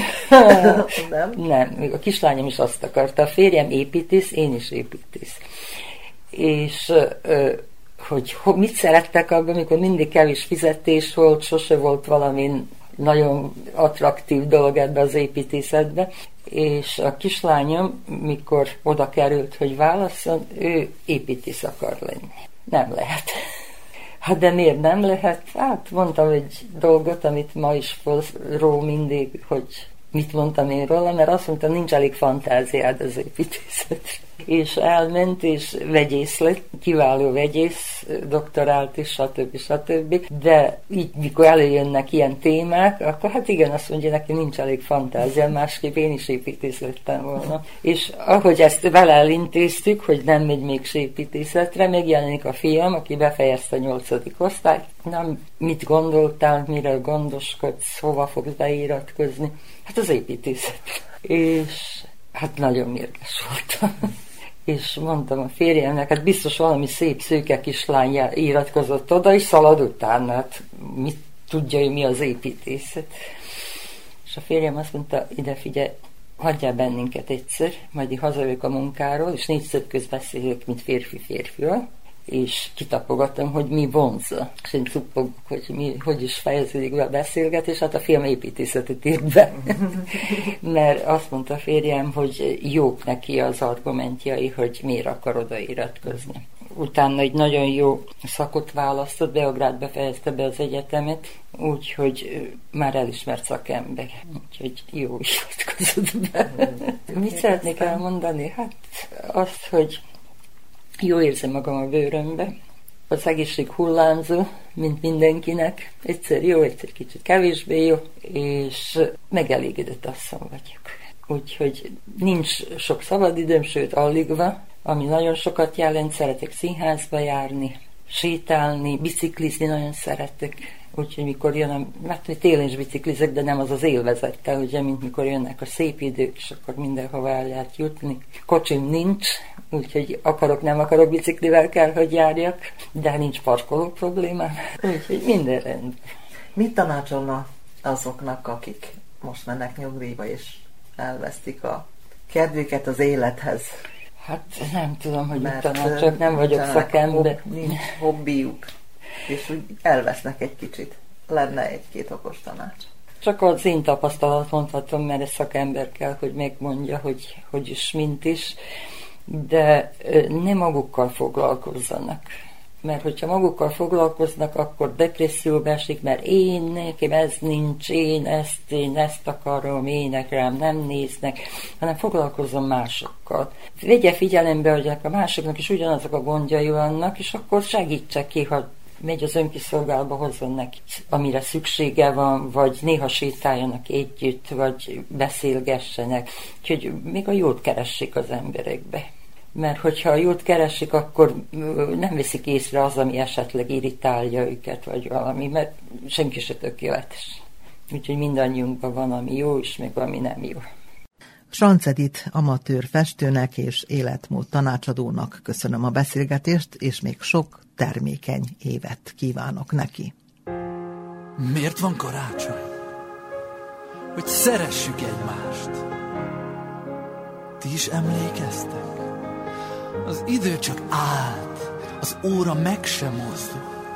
Speaker 4: Nem? Nem, a kislányom is azt akarta. A férjem építész, én is építész. És hogy mit szerettek abban, amikor mindig kevés fizetés volt, sose volt valami nagyon attraktív dolog ebbe az építészetbe, és a kislányom, mikor oda került, hogy válasszon, ő építész akar lenni. Nem lehet. Hát de miért nem lehet? Hát mondtam egy dolgot, amit ma is ró mindig, hogy mit mondtam én róla, mert azt mondtam, nincs elég fantáziád az építészetre. És elment, és vegyész lett, kiváló vegyész, doktorált is, stb. stb. De így, mikor előjönnek ilyen témák, akkor hát igen, azt mondja, neki nincs elég fantázia, másképp én is építész lettem volna. És ahogy ezt vele elintéztük, hogy nem megy még építészetre, megjelenik a fiam, aki befejezte a nyolcadik osztályt. Na, mit gondoltál, miről gondoskodsz, hova fogsz beiratkozni? Hát az építészet. És hát nagyon mérges voltam. És mondtam a férjemnek, hát biztos valami szép szőke kislány iratkozott oda, és szalad utána, hát mit tudja, hogy mi az építészet. És a férjem azt mondta, ide figyelj, hagyjál bennünket egyszer, majd én hazajövök a munkáról, és négyszer közbeszélök, mint férfi férfival, és kitapogatom, hogy mi vonzza. És én cuppogok, hogy mi, hogy is fejeződik be a beszélgetés, hát a film építészetet írt be. Mert azt mondta a férjem, hogy jók neki az argumentjai, hogy miért akar odaíratkozni. Utána egy nagyon jó szakot választott, Beográdba fejezte be az egyetemet, úgyhogy már elismert szakember. Úgyhogy jó iratkozott be. Mit szeretnék elmondani? Hát azt, hogy jó érzem magam a bőrömbe. Az egészség hullámzó, mint mindenkinek. Egyszer jó, egyszer kicsit kevésbé jó, és megelégedett asszony vagyok. Úgyhogy nincs sok szabadidőm, sőt alig van, ami nagyon sokat jelent. Szeretek színházba járni, sétálni, biciklizni nagyon szeretek. Úgyhogy mikor jön a... Hát télen is biciklizek, de nem az az élvezettel, ugye, mint mikor jönnek a szép idők, és akkor mindenhova el lehet jutni. Kocsim nincs, úgyhogy akarok, nem akarok, biciklivel kell, hogy járjak, de nincs parkoló problémám, úgyhogy minden rendben.
Speaker 2: Mit tanácsolna azoknak, akik most mennek nyugdíjba, és elvesztik a kedvüket az élethez?
Speaker 4: Hát nem tudom, hogy mit tanácsolok, nem vagyok szakember.
Speaker 2: Nincs hobbiuk, és úgy elvesznek egy kicsit. Lenne egy-két okos tanács.
Speaker 4: Csak az én tapasztalat mondhatom, mert ez szakember kell, hogy megmondja, hogy hogy is, mint is, de ne magukkal foglalkozzanak. Mert hogyha magukkal foglalkoznak, akkor depresszióba esik, mert én, nekem ez nincs, én ezt, én ezt akarom, ének rám nem néznek, hanem foglalkozzon másokkal. Vegye figyelembe, hogy a másoknak is ugyanazok a gondjai vannak, és akkor segítsek ki, ha megy az önkiszolgálba, hozzon neki, amire szüksége van, vagy néha sétáljanak együtt, vagy beszélgessenek. Úgyhogy még a jót keressék az emberekbe. Mert hogyha a jót keresik, akkor nem veszik észre az, ami esetleg irritálja őket, vagy valami, mert senki se tökéletes. Úgyhogy mindannyiunkban van, ami jó, és még ami nem jó.
Speaker 2: Schranz Edith amatőr festőnek és életmód tanácsadónak köszönöm a beszélgetést, és még sok termékeny évet kívánok neki.
Speaker 8: Miért van karácsony? Hogy szeressük egymást. Ti is emlékeztek? Az idő csak állt, az óra meg sem mozdult.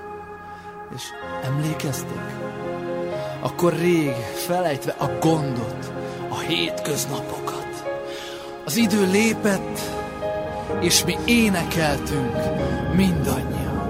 Speaker 8: És emlékeztek? Akkor rég, felejtve a gondot, a hétköznapokat. Az idő lépett, és mi énekeltünk mindannyian.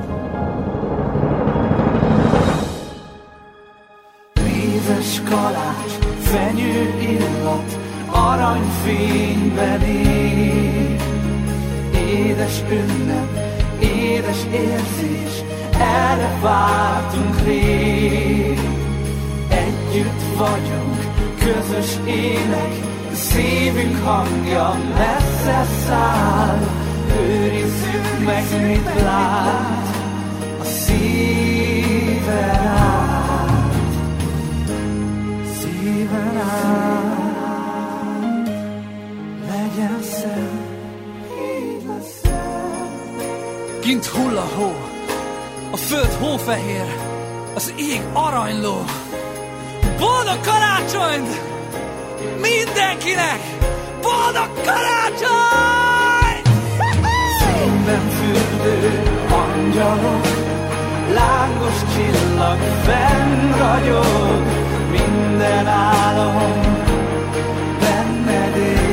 Speaker 8: Mézes kalács, fenyő illat, aranyfényben ég. Édes ünnep, édes érzés, erre vártunk rég. Együtt vagyunk, közös ének, szívünk hangja messze száll. Őrizzük meg, mit lát a szíven át. Szíven át, legyen szem. Kint hull a hó, a föld hófehér, az ég aranyló. Boldog karácsonyt mindenkinek! Boldog karácsony! Színben fürdő angyalok, lángos csillag fenn ragyog, minden álom benned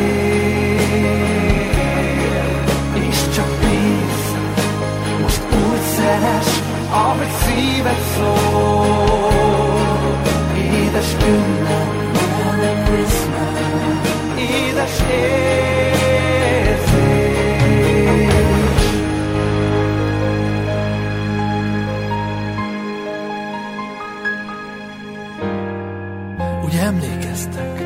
Speaker 8: él. És csak bíz, most úgy szeres, ahogy szíved szól. Édes ünnep, Merry Christmas, édes érzés. Úgy emlékeztek?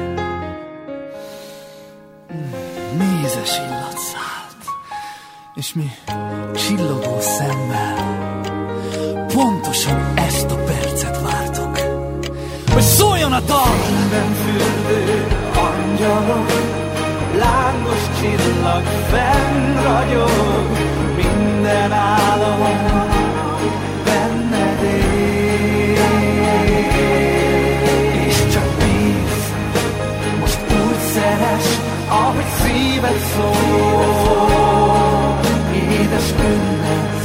Speaker 8: Mézes illat szállt, és mi csillogó szemmel pontosan ezt a percet vártuk, hogy szóljon a dal! Minden fürdő angyalok, lángos csillag fenn ragyog, minden álom benned él. És csak bíz, most úgy szeres, ahogy szíved szól. Édes ünnep,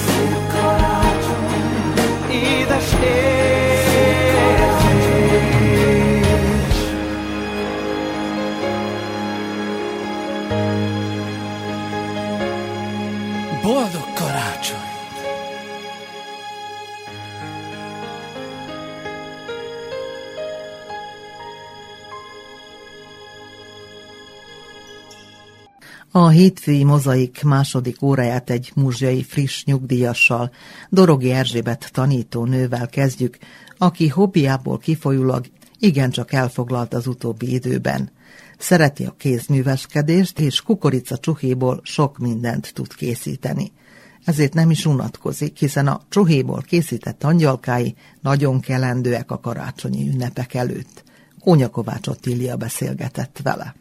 Speaker 2: A hétfői mozaik második óráját egy muzsjai friss nyugdíjassal, Dorogi Erzsébet tanítónővel kezdjük, aki hobbiából kifolyólag igencsak elfoglalt az utóbbi időben. Szereti a kézműveskedést, és kukorica csuhéból sok mindent tud készíteni. Ezért nem is unatkozik, hiszen a csuhéból készített angyalkái nagyon kelendőek a karácsonyi ünnepek előtt. Kónya Kovács Ottília beszélgetett vele.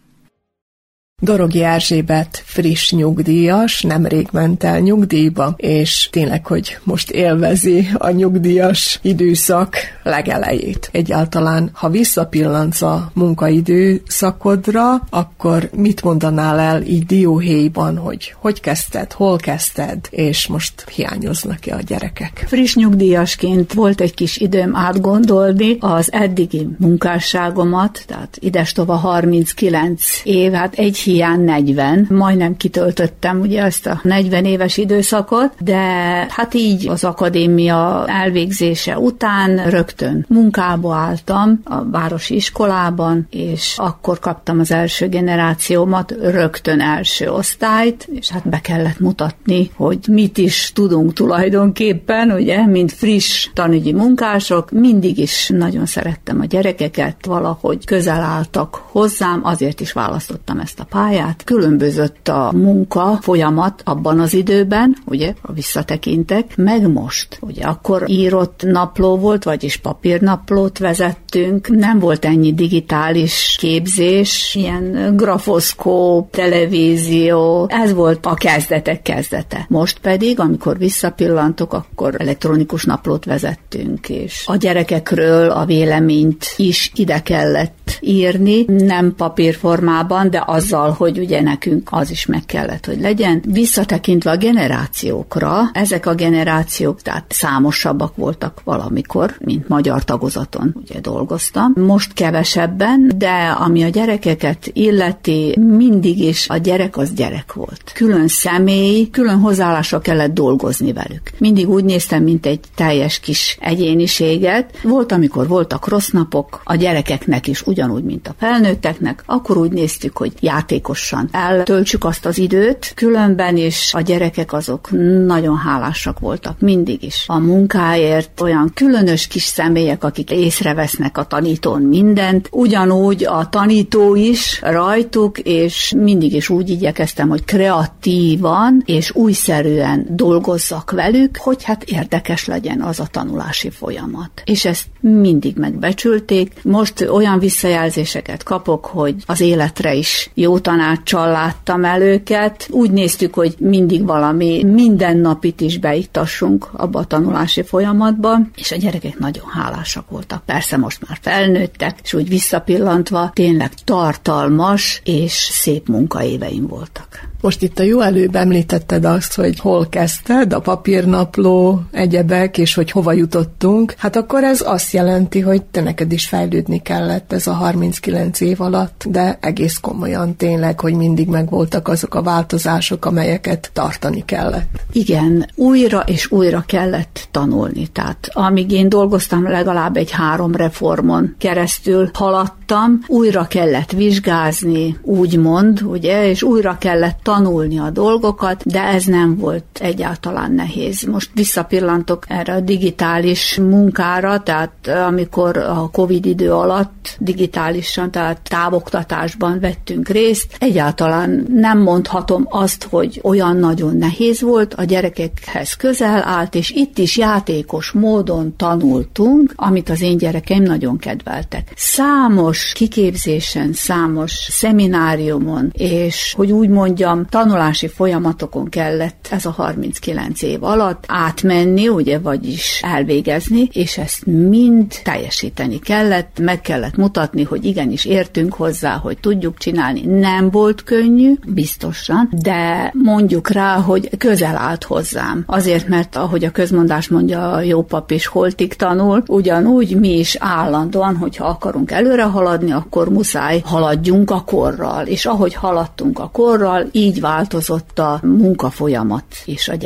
Speaker 9: Dorogi Erzsébet friss nyugdíjas, nemrég ment el nyugdíjba, és tényleg, hogy most élvezi a nyugdíjas időszak legelejét. Egyáltalán, ha visszapillantsz a munkaidőszakodra, akkor mit mondanál el így dióhéjban, hogy hogy kezdted, hol kezdted, és most hiányoznak-e a gyerekek?
Speaker 10: Friss nyugdíjasként volt egy kis időm átgondolni az eddigi munkásságomat, tehát idestova harminckilenc év, hát egy hiány negyven, majdnem kitöltöttem ugye ezt a negyven éves időszakot, de hát így az akadémia elvégzése után rögtön munkába álltam a városi iskolában, és akkor kaptam az első generációmat, rögtön első osztályt, és hát be kellett mutatni, hogy mit is tudunk tulajdonképpen, ugye, mint friss tanügyi munkások. Mindig is nagyon szerettem a gyerekeket, valahogy közel álltak hozzám, azért is választottam ezt a pályát. Különbözött a munka folyamat abban az időben, ugye, ha visszatekintek, meg most. Ugye akkor írott napló volt, vagyis papírnaplót vezettünk, nem volt ennyi digitális képzés, ilyen grafoszkóp, televízió, ez volt a kezdetek kezdete. Most pedig, amikor visszapillantok, akkor elektronikus naplót vezettünk, és a gyerekekről a véleményt is ide kellett írni, nem papírformában, de azzal, hogy ugye nekünk az is meg kellett, hogy legyen. Visszatekintve a generációkra, ezek a generációk, tehát számosabbak voltak valamikor, mint magyar tagozaton ugye dolgoztam. Most kevesebben, de ami a gyerekeket illeti, mindig is a gyerek az gyerek volt. Külön személy, külön hozzáállásra kellett dolgozni velük. Mindig úgy néztem, mint egy teljes kis egyéniséget. Volt, amikor voltak rossz napok, a gyerekeknek is ugyanúgy, mint a felnőtteknek, akkor úgy néztük, hogy játékosan eltöltsük azt az időt, különben is a gyerekek azok nagyon hálásak voltak, mindig is. A munkáért olyan különös kis személyek, akik észrevesznek a tanítón mindent, ugyanúgy a tanító is rajtuk, és mindig is úgy igyekeztem, hogy kreatívan és újszerűen dolgozzak velük, hogy hát érdekes legyen az a tanulási folyamat. És ezt mindig megbecsülték. Most olyan visszajelzéseket kapok, hogy az életre is jó tanáccsal láttam el őket. Úgy néztük, hogy mindig valami mindennapit is beiktassunk abba a tanulási folyamatba, és a gyerekek nagyon hálásak voltak. Persze most már felnőttek, és úgy visszapillantva tényleg tartalmas és szép munkaéveim voltak.
Speaker 9: Most itt a jó előbb említetted azt, hogy hol kezdted, a papírnapló, egyebek, és hogy hova jutottunk. Hát akkor ez azt jelenti, hogy te neked is fejlődni kellett ez a harminckilenc év alatt, de egész komolyan tényleg, hogy mindig megvoltak azok a változások, amelyeket tartani kellett.
Speaker 10: Igen, újra és újra kellett tanulni. Tehát amíg én dolgoztam, legalább egy három reformon keresztül haladtam, újra kellett vizsgázni, úgymond, ugye, és újra kellett tanulni a dolgokat, de ez nem volt egyáltalán nehéz. Most visszapillantok erre a digitális munkára, tehát amikor a Covid idő alatt digitálisan, tehát távoktatásban vettünk részt, egyáltalán nem mondhatom azt, hogy olyan nagyon nehéz volt, a gyerekekhez közel állt, és itt is játékos módon tanultunk, amit az én gyerekeim nagyon kedveltek. Számos kiképzésen, számos szemináriumon, és hogy úgy mondjam, tanulási folyamatokon kellett ez a harminckilenc év alatt átmenni, ugye, vagyis elvégezni, és ezt mind teljesíteni kellett, meg kellett mutatni, hogy igenis értünk hozzá, hogy tudjuk csinálni. Nem volt könnyű, biztosan, de mondjuk rá, hogy közel állt hozzám. Azért, mert ahogy a közmondás mondja, a jó pap is holtig tanul, ugyanúgy mi is állandóan, hogyha akarunk előre haladni, akkor muszáj haladjunk a korral, és ahogy haladtunk a korral, így változott a munkafolyamat és a gyerekek.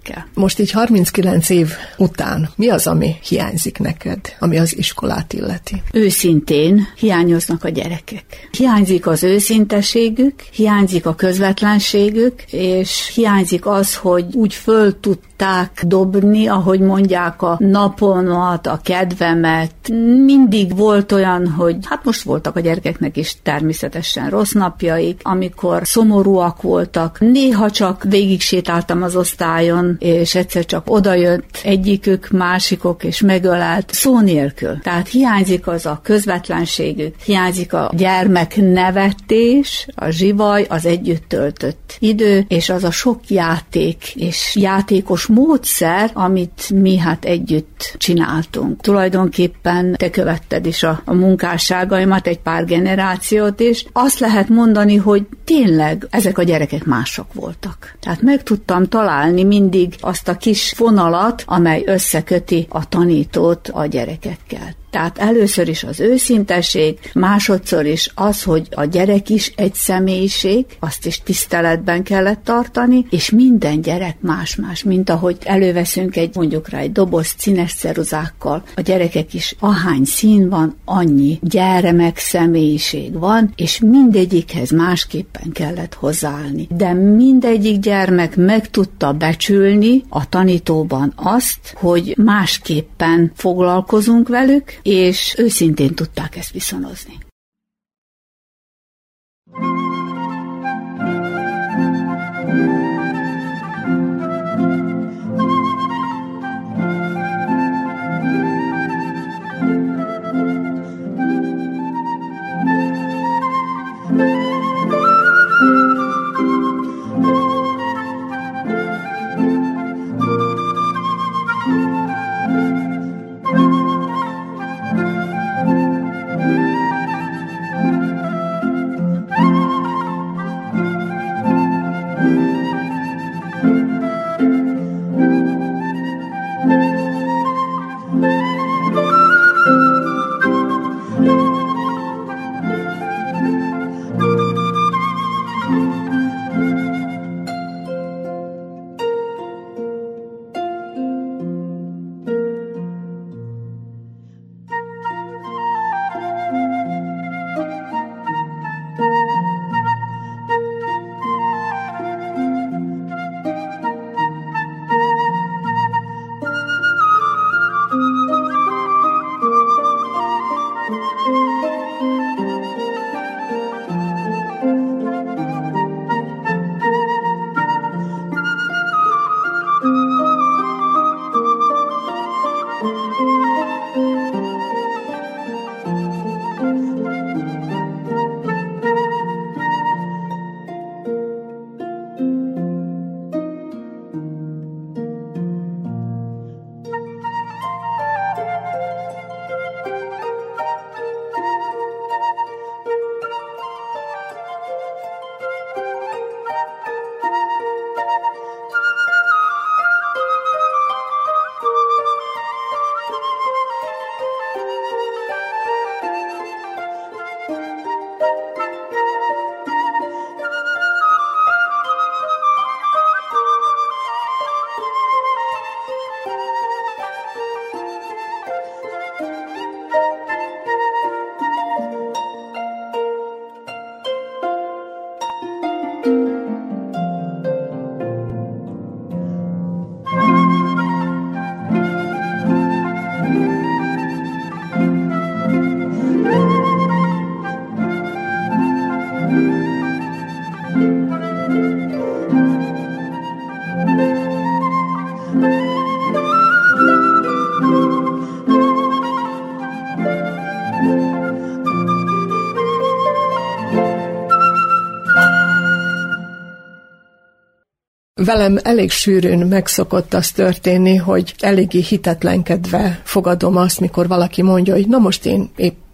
Speaker 10: gyerekekkel.
Speaker 9: Most így harminckilenc év után mi az, ami hiányzik neked, ami az iskolát illeti?
Speaker 10: Őszintén hiányoznak a gyerekek. Hiányzik az őszinteségük, hiányzik a közvetlenségük, és hiányzik az, hogy úgy föl tudták dobni, ahogy mondják, a napomat, a kedvemet. Mindig volt olyan, hogy hát most voltak a gyerekeknek is természetesen rossz napjaik, amikor szomorúak voltak. Néha csak végig sétáltam az osztályon, és egyszer csak odajött egyikük, másikok, és megölelt szó nélkül. Tehát hiányzik az a közvetlenségük, hiányzik a gyermeknevetés, a zsivaj, az együtt töltött idő, és az a sok játék és játékos módszer, amit mi hát együtt csináltunk. Tulajdonképpen te követted is a, a munkásságaimat, egy pár generációt is. Azt lehet mondani, hogy tényleg ezek a gyerekek mások voltak. Tehát meg tudtam találni mindig azt a kis fonalat, amely összeköti a tanítót a gyerekekkel. Tehát először is az őszintesség, másodszor is az, hogy a gyerek is egy személyiség, azt is tiszteletben kellett tartani, és minden gyerek más-más, mint ahogy előveszünk egy, mondjuk rá egy doboz színes ceruzákkal, a gyerekek is ahány szín van, annyi gyermek személyiség van, és mindegyikhez másképpen kellett hozzáállni. De mindegyik gyermek meg tudta becsülni a tanítóban azt, hogy másképpen foglalkozunk velük, és őszintén tudták ezt viszonozni.
Speaker 9: Velem elég sűrűn megszokott az történni, hogy eléggé hitetlenkedve fogadom azt, mikor valaki mondja, hogy na most én épp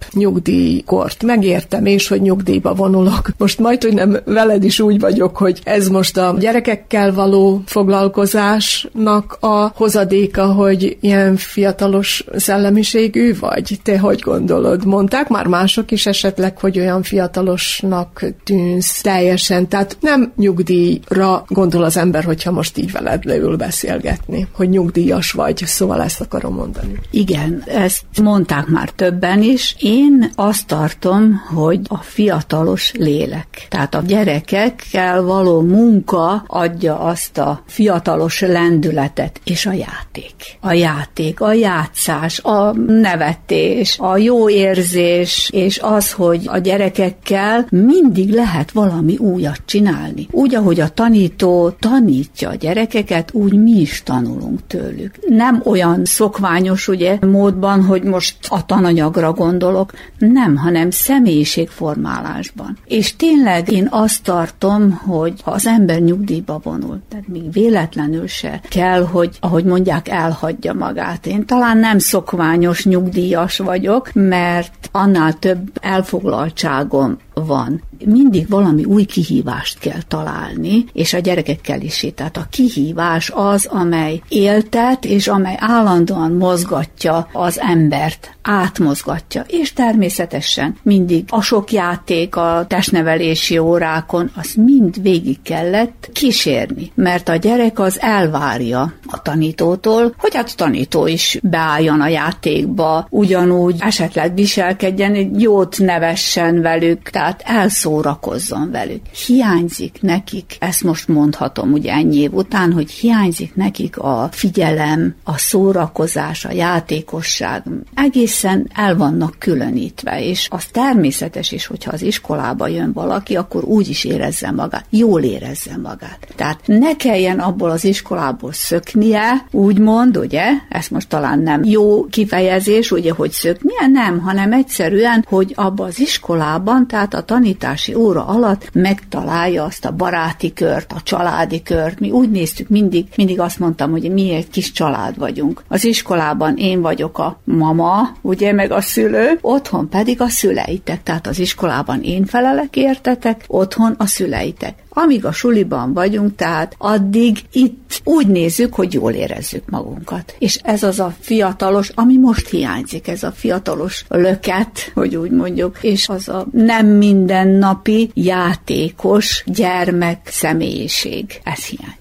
Speaker 9: nyugdíjkort megértem, és hogy nyugdíjba vonulok. Most majd, hogy nem veled is úgy vagyok, hogy ez most a gyerekekkel való foglalkozásnak a hozadéka, hogy ilyen fiatalos szellemiségű vagy? Te hogy gondolod? Mondták már mások is esetleg, hogy olyan fiatalosnak tűnsz teljesen, tehát nem nyugdíjra gondol az ember, hogyha most így veled leül beszélgetni, hogy nyugdíjas vagy, szóval ezt akarom mondani.
Speaker 10: Igen, ezt mondták már többen is. Én azt tartom, hogy a fiatalos lélek. Tehát a gyerekekkel való munka adja azt a fiatalos lendületet, és a játék. A játék, a játszás, a nevetés, a jó érzés, és az, hogy a gyerekekkel mindig lehet valami újat csinálni. Úgy, ahogy a tanító tanítja a gyerekeket, úgy mi is tanulunk tőlük. Nem olyan szokványos, ugye, módban, hogy most a tananyagra gondolok, nem, hanem személyiségformálásban. És tényleg én azt tartom, hogy ha az ember nyugdíjba vonul, tehát még véletlenül se kell, hogy, ahogy mondják, elhagyja magát. Én talán nem szokványos nyugdíjas vagyok, mert annál több elfoglaltságom van. Mindig valami új kihívást kell találni, és a gyerekekkel is. Tehát a kihívás az, amely éltet, és amely állandóan mozgatja az embert, átmozgatja, és természetesen mindig a sok játék, a testnevelési órákon, azt mind végig kellett kísérni, mert a gyerek az elvárja a tanítótól, hogy hát a tanító is beálljon a játékba, ugyanúgy esetleg viselkedjen, jót nevessen velük, tehát elszórakozzon velük. Hiányzik nekik, ezt most mondhatom ugye ennyi év után, hogy hiányzik nekik a figyelem, a szórakozás, a játékosság. Egészen el vannak különítve, és az természetes is, hogyha az iskolába jön valaki, akkor úgy is érezze magát, jól érezze magát. Tehát ne kelljen abból az iskolából szöknie, úgymond, ugye, ez most talán nem jó kifejezés, ugye, hogy szöknie, nem, hanem egyszerűen, hogy abban az iskolában, tehát a tanítási óra alatt megtalálja azt a baráti kört, a családi kört. Mi úgy néztük mindig, mindig azt mondtam, hogy mi egy kis család vagyunk. Az iskolában én vagyok a mama, ugye, meg a szülő, otthon pedig a szüleitek. Tehát az iskolában én felelek értetek, otthon a szüleitek. Amíg a suliban vagyunk, tehát addig itt úgy nézzük, hogy jól érezzük magunkat. És ez az a fiatalos, ami most hiányzik, ez a fiatalos löket, hogy úgy mondjuk, és az a nem mindennapi játékos gyermek személyiség. Ez hiányzik.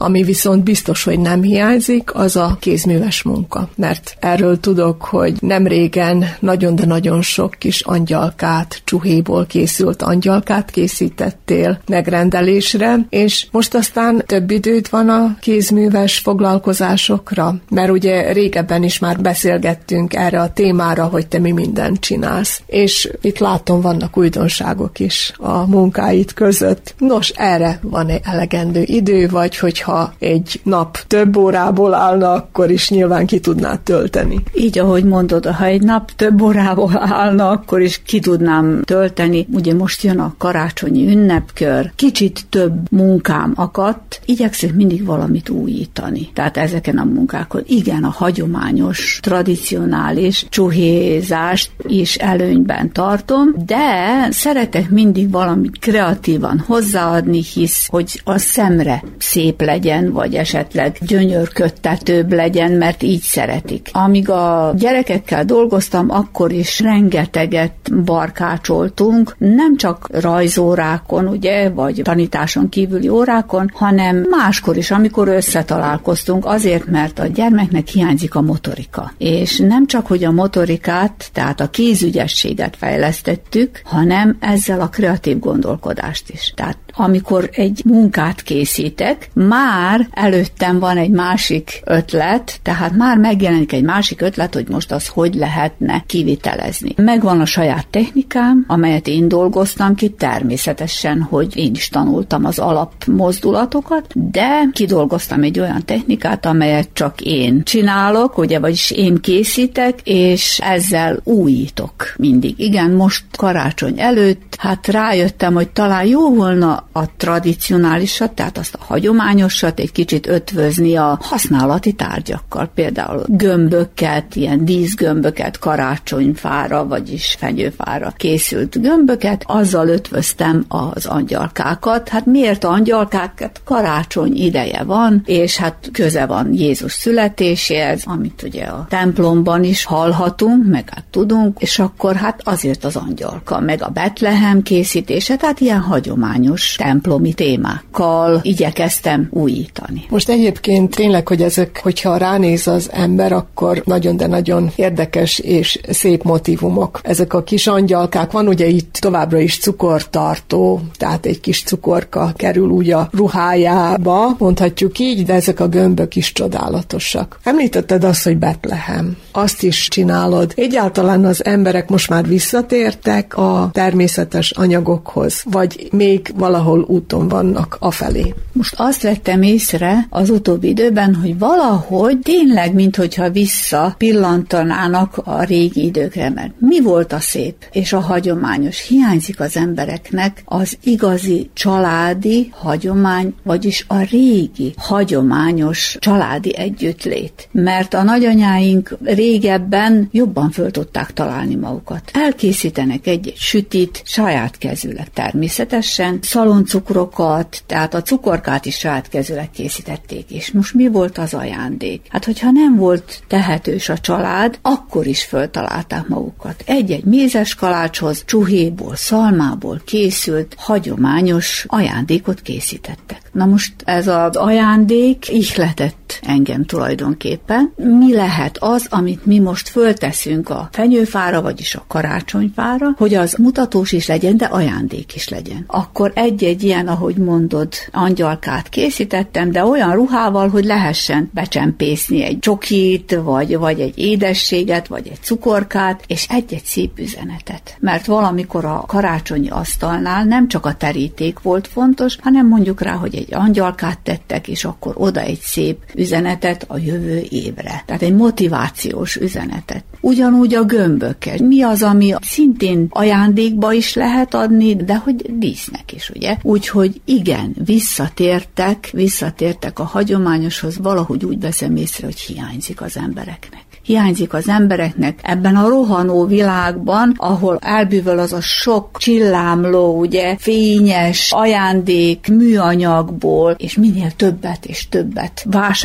Speaker 9: Ami viszont biztos, hogy nem hiányzik, az a kézműves munka. Mert erről tudok, hogy nem régen nagyon, de nagyon sok kis angyalkát, csuhéból készült angyalkát készítettél megrendelésre, és most aztán több időd van a kézműves foglalkozásokra, mert ugye régebben is már beszélgettünk erre a témára, hogy te mi mindent csinálsz. És itt látom, vannak újdonságok is a munkáid között. Nos, erre van-e elegendő idő, vagy hogyha egy nap több órából állna, akkor is nyilván ki tudnád tölteni?
Speaker 10: Így, ahogy mondod, ha egy nap több órából állna, akkor is ki tudnám tölteni. Ugye most jön a karácsonyi ünnepkör, kicsit több munkám akadt, igyekszek mindig valamit újítani. Tehát ezeken a munkákon. Igen, a hagyományos, tradicionális csuhézást is előnyben tartom, de szeretek mindig valamit kreatívan hozzáadni, hisz, hogy a szemre szép legyen, vagy esetleg gyönyörködtetőbb legyen, mert így szeretik. Amíg a gyerekekkel dolgoztam, akkor is rengeteget barkácsoltunk, nem csak rajzórákon, ugye, vagy tanításon kívüli órákon, hanem máskor is, amikor összetalálkoztunk, azért, mert a gyermeknek hiányzik a motorika. És nem csak, hogy a motorikát, tehát a kézügyességet fejlesztettük, hanem ezzel a kreatív gondolkodást is. Tehát amikor egy munkát készítek, már előttem van egy másik ötlet, tehát már megjelenik egy másik ötlet, hogy most az hogy lehetne kivitelezni. Megvan a saját technikám, amelyet én dolgoztam ki, természetesen, hogy én is tanultam az alapmozdulatokat, de kidolgoztam egy olyan technikát, amelyet csak én csinálok, ugye, vagyis én készítek, és ezzel újítok mindig. Igen, most karácsony előtt, hát rájöttem, hogy talán jó volna a tradicionálisat, tehát azt a hagyományosat egy kicsit ötvözni a használati tárgyakkal, például gömböket, ilyen díszgömböket, karácsonyfára, vagyis fenyőfára készült gömböket, azzal ötvöztem az angyalkákat. Hát miért angyalkákat? Karácsony ideje van, és hát köze van Jézus születéséhez, amit ugye a templomban is hallhatunk, meg hát tudunk, és akkor hát azért az angyalka, meg a Betlehem készítése, tehát ilyen hagyományos templomi témákkal igyekeztem újítani.
Speaker 9: Most egyébként tényleg, hogy ezek, hogyha ránéz az ember, akkor nagyon, de nagyon érdekes és szép motívumok. Ezek a kis angyalkák, van ugye itt továbbra is cukortartó, tehát egy kis cukorka kerül úgy a ruhájába, mondhatjuk így, de ezek a gömbök is csodálatosak. Említetted azt, hogy Betlehem. Azt is csinálod. Egyáltalán az emberek most már visszatértek a természetes anyagokhoz, vagy még valahol úton vannak afelé?
Speaker 10: Most azt vettem észre az utóbbi időben, hogy valahogy tényleg, minthogyha vissza pillantanának a régi időkre, mert mi volt a szép és a hagyományos? Hiányzik az embereknek az igazi családi hagyomány, vagyis a régi hagyományos családi együttlét. Mert a nagyanyáink régebben jobban föl tudták találni magukat. Elkészítenek egy-egy sütit saját kezűleg természetesen, szaloncukrokat, tehát a cukorkát is saját kezűleg készítették. És most mi volt az ajándék? Hát, hogyha nem volt tehetős a család, akkor is föltalálták magukat. Egy-egy mézes kalácshoz csuhéból, szalmából készült hagyományos ajándékot készítettek. Na most ez az ajándék ihletett engem tulajdonképpen. Mi lehet az, amit mi most fölteszünk a fenyőfára, vagyis a karácsonyfára, hogy az mutatós is legyen, de ajándék is legyen. Akkor egy-egy ilyen, ahogy mondod, angyalkát készítettem, de olyan ruhával, hogy lehessen becsempészni egy csokit, vagy, vagy egy édességet, vagy egy cukorkát, és egy-egy szép üzenetet. Mert valamikor a karácsonyi asztalnál nem csak a teríték volt fontos, hanem mondjuk rá, hogy egy angyalkát tettek, és akkor oda egy szép üzenetet a jövő évre. Tehát egy motivációs üzenetet. Ugyanúgy a gömbökkel. Mi az, ami szintén ajándékba is lehet adni, de hogy dísznek is, ugye? Úgyhogy igen, visszatértek, visszatértek a hagyományoshoz, valahogy úgy veszem észre, hogy hiányzik az embereknek. Hiányzik az embereknek ebben a rohanó világban, ahol elbűvöl az a sok csillámló, ugye, fényes ajándék műanyagból, és minél többet és többet vásárolunk,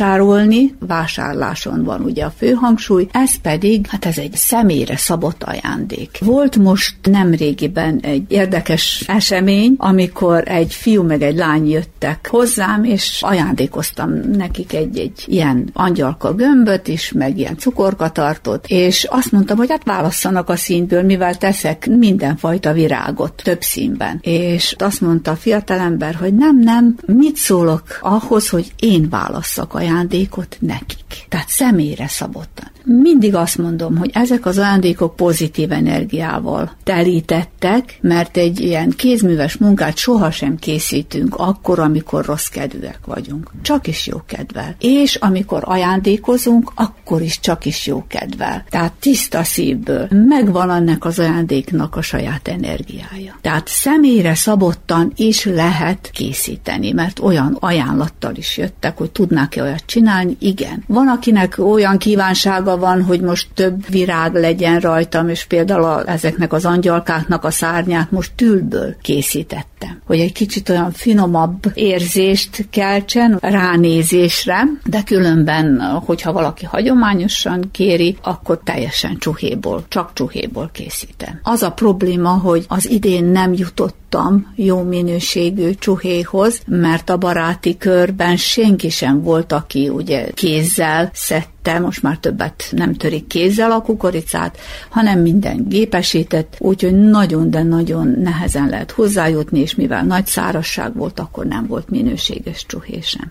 Speaker 10: vásárolni, vásárláson van ugye a főhangsúly, ez pedig, hát ez egy személyre szabott ajándék. Volt most nemrégiben egy érdekes esemény, amikor egy fiú meg egy lány jöttek hozzám, és ajándékoztam nekik egy-egy ilyen angyalka gömböt is, meg ilyen cukorkatartot, és azt mondtam, hogy hát válasszanak a színből, mivel teszek mindenfajta virágot több színben. És azt mondta a fiatalember, hogy nem, nem, mit szólok ahhoz, hogy én válasszak ajándékot nekik. Tehát személyre szabottan. Mindig azt mondom, hogy ezek az ajándékok pozitív energiával telítettek, mert egy ilyen kézműves munkát sohasem készítünk akkor, amikor rossz kedvűek vagyunk. Csak is jó kedvel. És amikor ajándékozunk, akkor is csak is jó kedvel. Tehát tiszta szívből. Megvan ennek az ajándéknak a saját energiája. Tehát személyre szabottan is lehet készíteni, mert olyan ajánlattal is jöttek, hogy tudnák-e olyat csinálni? Igen. Van, akinek olyan kívánsága van, hogy most több virág legyen rajtam, és például a, ezeknek az angyalkáknak a szárnyát most tülből készítettem. Hogy egy kicsit olyan finomabb érzést keltsen ránézésre, de különben, hogyha valaki hagyományosan kéri, akkor teljesen csuhéból, csak csuhéból készítem. Az a probléma, hogy az idén nem jutottam jó minőségű csuhéhoz, mert a baráti körben senki sem volt, aki ugye kézzel szedte, most már többet nem törik kézzel a kukoricát, hanem minden gépesített, úgyhogy nagyon, de nagyon nehezen lehet hozzájutni, és mivel nagy szárazság volt, akkor nem volt minőséges csuhé sem.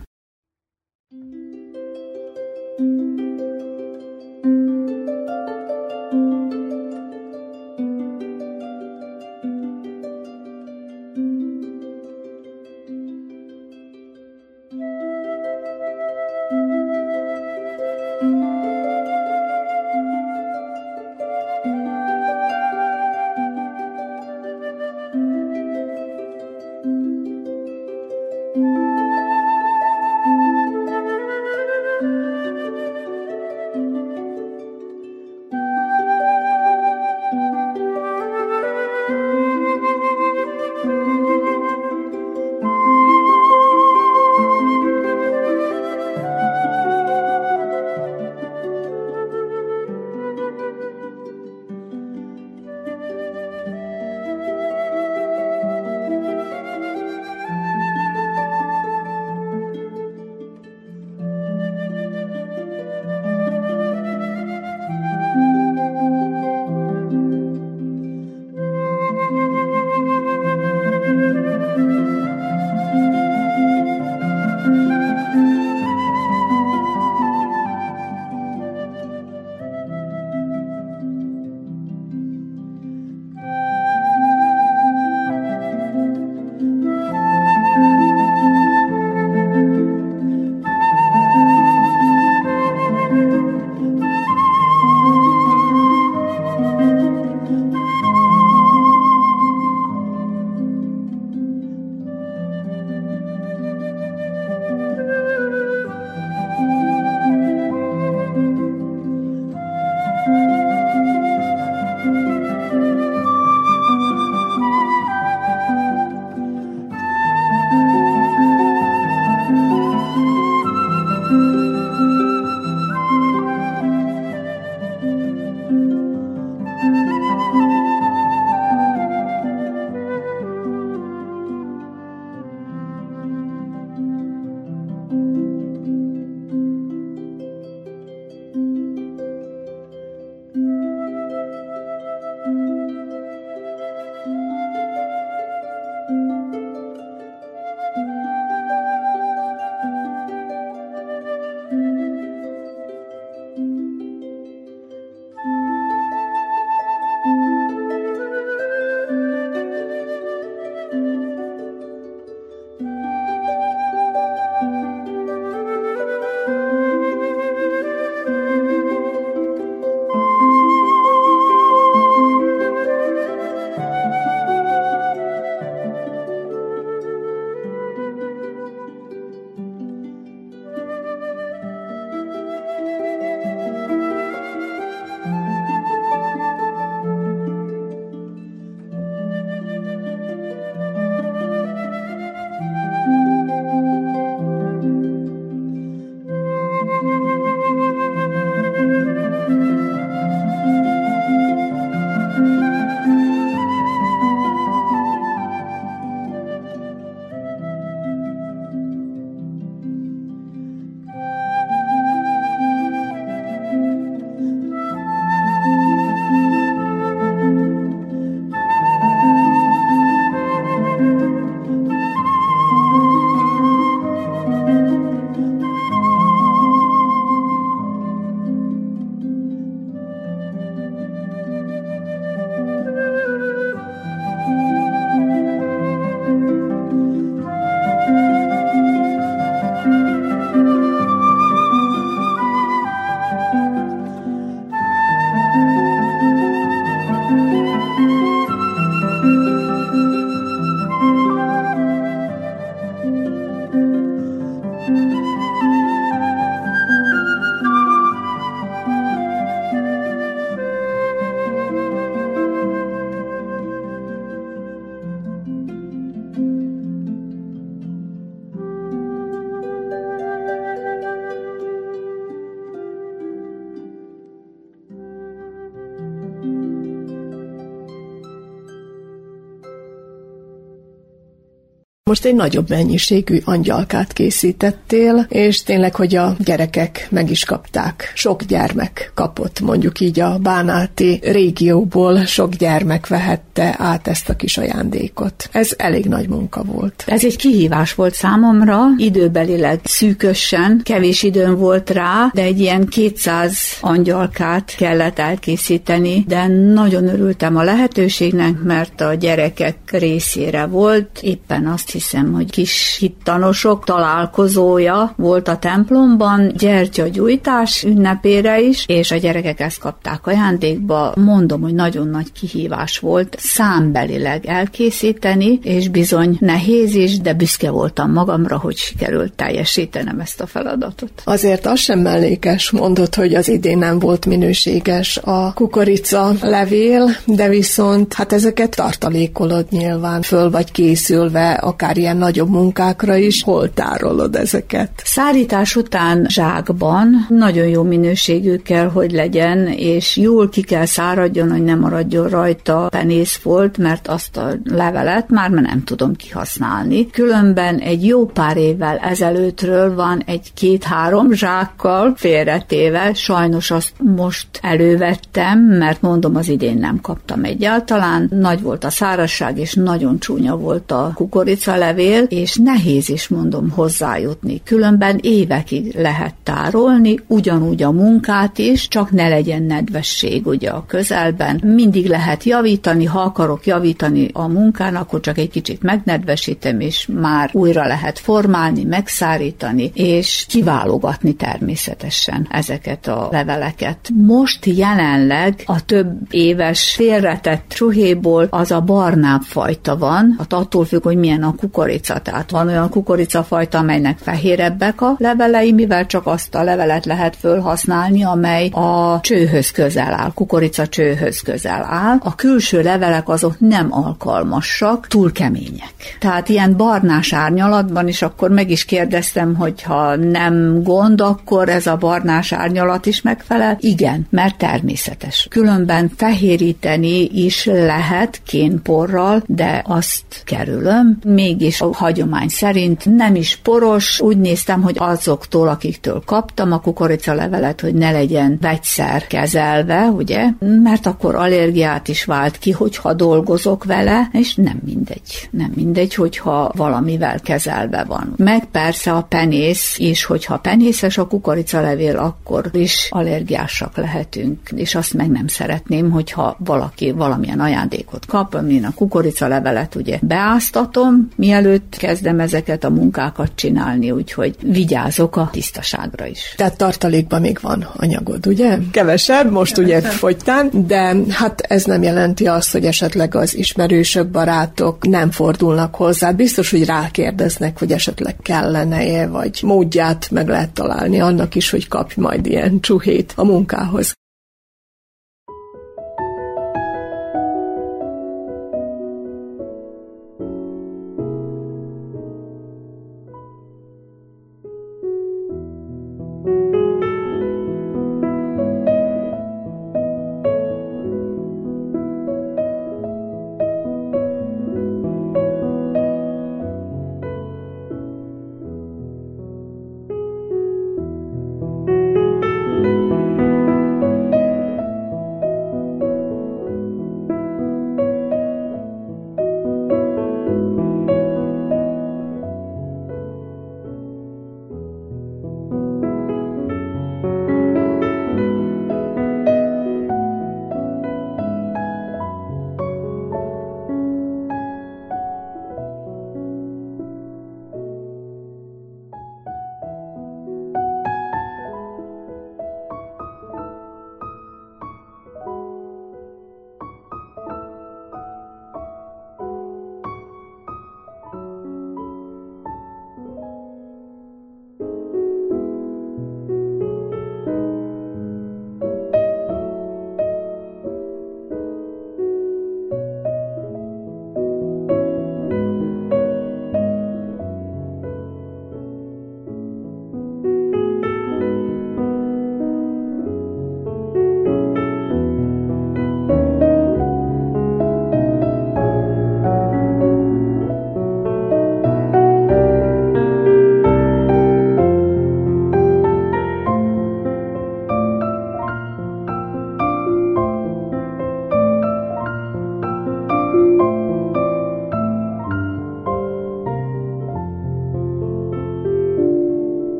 Speaker 9: Most egy nagyobb mennyiségű angyalkát készítettél, és tényleg, hogy a gyerekek meg is kapták. Sok gyermek kapott, mondjuk így a bánáti régióból sok gyermek vehette át ezt a kis ajándékot. Ez elég nagy munka volt.
Speaker 10: Ez egy kihívás volt számomra, időbelileg szűkösen, kevés időm volt rá, de egy ilyen kétszáz angyalkát kellett elkészíteni, de nagyon örültem a lehetőségnek, mert a gyerekek részére volt, éppen azt hiszem, hogy kis hittanosok találkozója volt a templomban, gyertyagyújtás ünnepére is, és a gyerekek ezt kapták ajándékba. Mondom, hogy nagyon nagy kihívás volt számbelileg elkészíteni, és bizony nehéz is, de büszke voltam magamra, hogy sikerült teljesítenem ezt a feladatot.
Speaker 9: Azért az sem mellékes, mondod, hogy az idén nem volt minőséges a kukorica levél, de viszont hát ezeket tartalékolod nyilván föl vagy készülve, akár ilyen nagyobb munkákra is. Hol tárolod ezeket?
Speaker 10: Szárítás után zsákban nagyon jó minőségű kell, hogy legyen, és jól ki kell száradjon, hogy ne maradjon rajta penészfolt, mert azt a levelet már nem tudom kihasználni. Különben egy jó pár évvel ezelőttről van egy két-három zsákkal félretéve, sajnos azt most elővettem, mert mondom, az idén nem kaptam egyáltalán. Nagy volt a szárazság, és nagyon csúnya volt a kukoricalevél, és nehéz is, mondom, hozzájutni. Különben évekig lehet tárolni, ugyanúgy a munkát is, csak ne legyen nedvesség ugye a közelben. Mindig lehet javítani, ha akarok javítani a munkán, akkor csak egy kicsit megnedvesítem, és már újra lehet formálni, megszárítani, és kiválogatni természetesen ezeket a leveleket. Most jelenleg a több éves félretett csuhéból az a barnább fajta van, hát attól függ, hogy milyen a kukorica. Tehát van olyan kukoricafajta, amelynek fehérebbek a levelei, mivel csak azt a levelet lehet fölhasználni, amely a csőhöz közel áll, kukorica csőhöz közel áll. A külső levelek azok nem alkalmasak, túl kemények. Tehát ilyen barnás árnyalatban is akkor meg is kérdeztem, hogy ha nem gond, akkor ez a barnás árnyalat is megfelel? Igen, mert természetes. Különben fehéríteni is lehet kénporral, de azt kerülöm. Mégis a hagyomány szerint nem is poros. Úgy néztem, hogy azoktól, akiktől kaptam a kukoricalevelet, hogy ne legyen vegyszer kezelve, ugye? Mert akkor allergiát is vált ki, hogyha dolgozok vele, és nem mindegy. Nem mindegy, hogyha valamivel kezelve van. Meg persze a penész is, hogyha penészes a kukoricalevél, akkor is allergiásak lehetünk, és azt meg nem szeretném, hogyha valaki valamilyen ajándékot kap, amin a kukoricalevelet ugye beáztatom, mielőtt kezdem ezeket a munkákat csinálni, úgyhogy vigyázok a tisztaságra is.
Speaker 9: Tehát tartalékban még van anyagod, ugye? Kevesebb, most Kevesebb. Ugye fogytán, de hát ez nem jelenti azt, hogy esetleg az ismerősök, barátok nem fordulnak hozzá. Biztos, hogy rákérdeznek, hogy esetleg kellene-e, vagy módját meg lehet találni annak is, hogy kapj majd ilyen csuhét a munkához.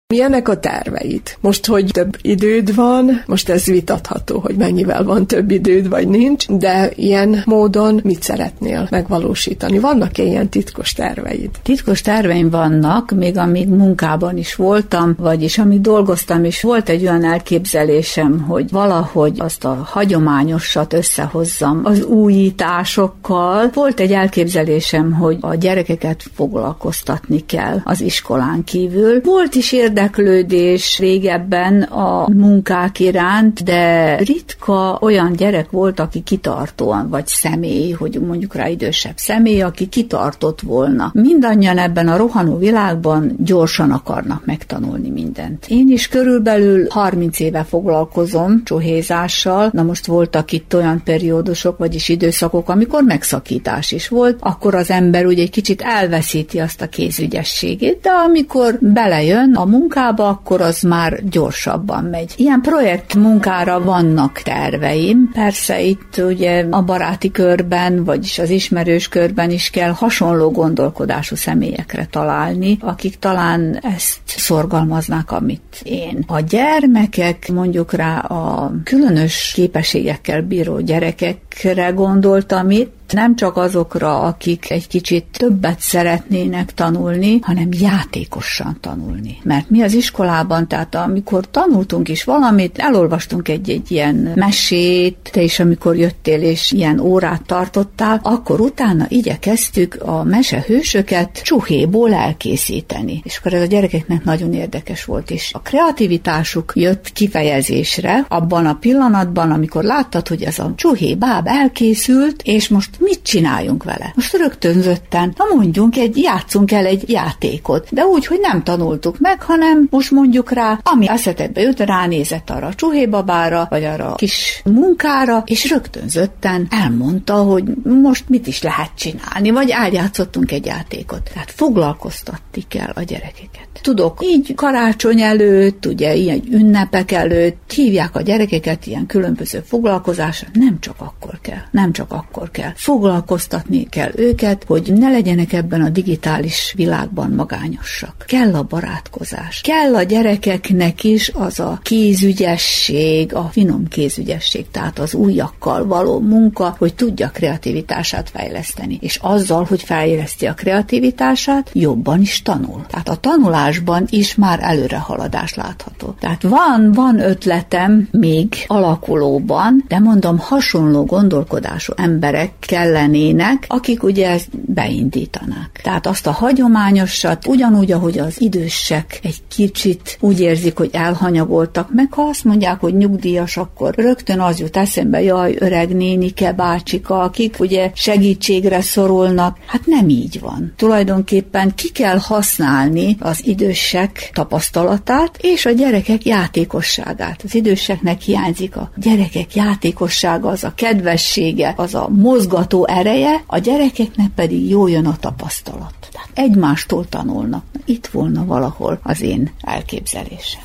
Speaker 9: Milyenek a terveid? Most, hogy több időd van, most ez vitatható, hogy mennyivel van több időd, vagy nincs, de ilyen módon mit szeretnél megvalósítani? Vannak-e ilyen titkos terveid?
Speaker 10: Titkos terveim vannak, még amíg munkában is voltam, vagyis amíg dolgoztam is, volt egy olyan elképzelésem, hogy valahogy azt a hagyományosat összehozzam az újításokkal. Volt egy elképzelésem, hogy a gyerekeket foglalkoztatni kell az iskolán kívül. Volt is érdeklődés régebben a munkák iránt, de ritka olyan gyerek volt, aki kitartóan, vagy személy, hogy mondjuk rá idősebb személy, aki kitartott volna. Mindannyian ebben a rohanó világban gyorsan akarnak megtanulni mindent. Én is körülbelül harminc éve foglalkozom csuhézással. Na most voltak itt olyan periódusok, vagyis időszakok, amikor megszakítás is volt, akkor az ember ugye egy kicsit elveszíti azt a kézügyességét, de amikor belejön a munkába, akkor az már gyorsabban megy. Ilyen projekt munkára vannak terveim. Persze itt ugye a baráti körben, vagyis az ismerős körben is kell hasonló gondolkodású személyekre találni, akik talán ezt szorgalmaznák, amit én. A gyermekek, mondjuk rá a különös képességekkel bíró gyerekekre gondoltam itt, nem csak azokra, akik egy kicsit többet szeretnének tanulni, hanem játékosan tanulni. Mert mi az iskolában, tehát amikor tanultunk is valamit, elolvastunk egy-egy ilyen mesét, te is amikor jöttél és ilyen órát tartottál, akkor utána igyekeztük a mesehősöket csuhéból elkészíteni. És akkor ez a gyerekeknek nagyon érdekes volt, és a kreativitásuk jött kifejezésre abban a pillanatban, amikor láttad, hogy ez a csuhé báb elkészült, és most mit csináljunk vele? Most rögtönzötten, ha mondjunk, egy, játszunk el egy játékot, de úgy, hogy nem tanultuk meg, hanem most mondjuk rá, ami eszetedbe jut, ránézett arra a csuhébabára, vagy arra a kis munkára, és rögtönzötten elmondta, hogy most mit is lehet csinálni, vagy eljátszottunk egy játékot. Tehát foglalkoztatni kell a gyerekeket. Tudok, így karácsony előtt, ugye ilyen ünnepek előtt hívják a gyerekeket ilyen különböző foglalkozásra, nem csak akkor kell, nem csak akkor kell. Foglalkoztatni kell őket, hogy ne legyenek ebben a digitális világban magányosak. Kell a barátkozás. Kell a gyerekeknek is az a kézügyesség, a finom kézügyesség, tehát az ujjakkal való munka, hogy tudja kreativitását fejleszteni. És azzal, hogy fejleszti a kreativitását, jobban is tanul. Tehát a tanulásban is már előrehaladás látható. Tehát van, van ötletem még alakulóban, de mondom, hasonló gondolkodású emberek kellenének, akik ugye ezt beindítanák. Tehát azt a hagyományosat, ugyanúgy, ahogy az idősek egy kicsit úgy érzik, hogy elhanyagoltak, meg ha azt mondják, hogy nyugdíjas, akkor rögtön az jut eszembe, jaj, öreg nénike, bácsika, akik ugye segítségre szorulnak. Hát nem így van. Tulajdonképpen ki kell használni az idősek tapasztalatát és a gyerekek játékosságát. Az időseknek hiányzik a gyerekek játékossága, az a kedvessége, az a mozgató ereje, a gyerekeknek pedig jól jön a tapasztalat. Tehát egymástól tanulnak. Itt volna valahol az én elképzelésem.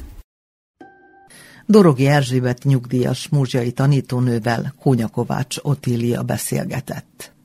Speaker 2: Dorogi Erzsébet nyugdíjas múzsiai tanítónővel Kónya Kovács Otília beszélgetett.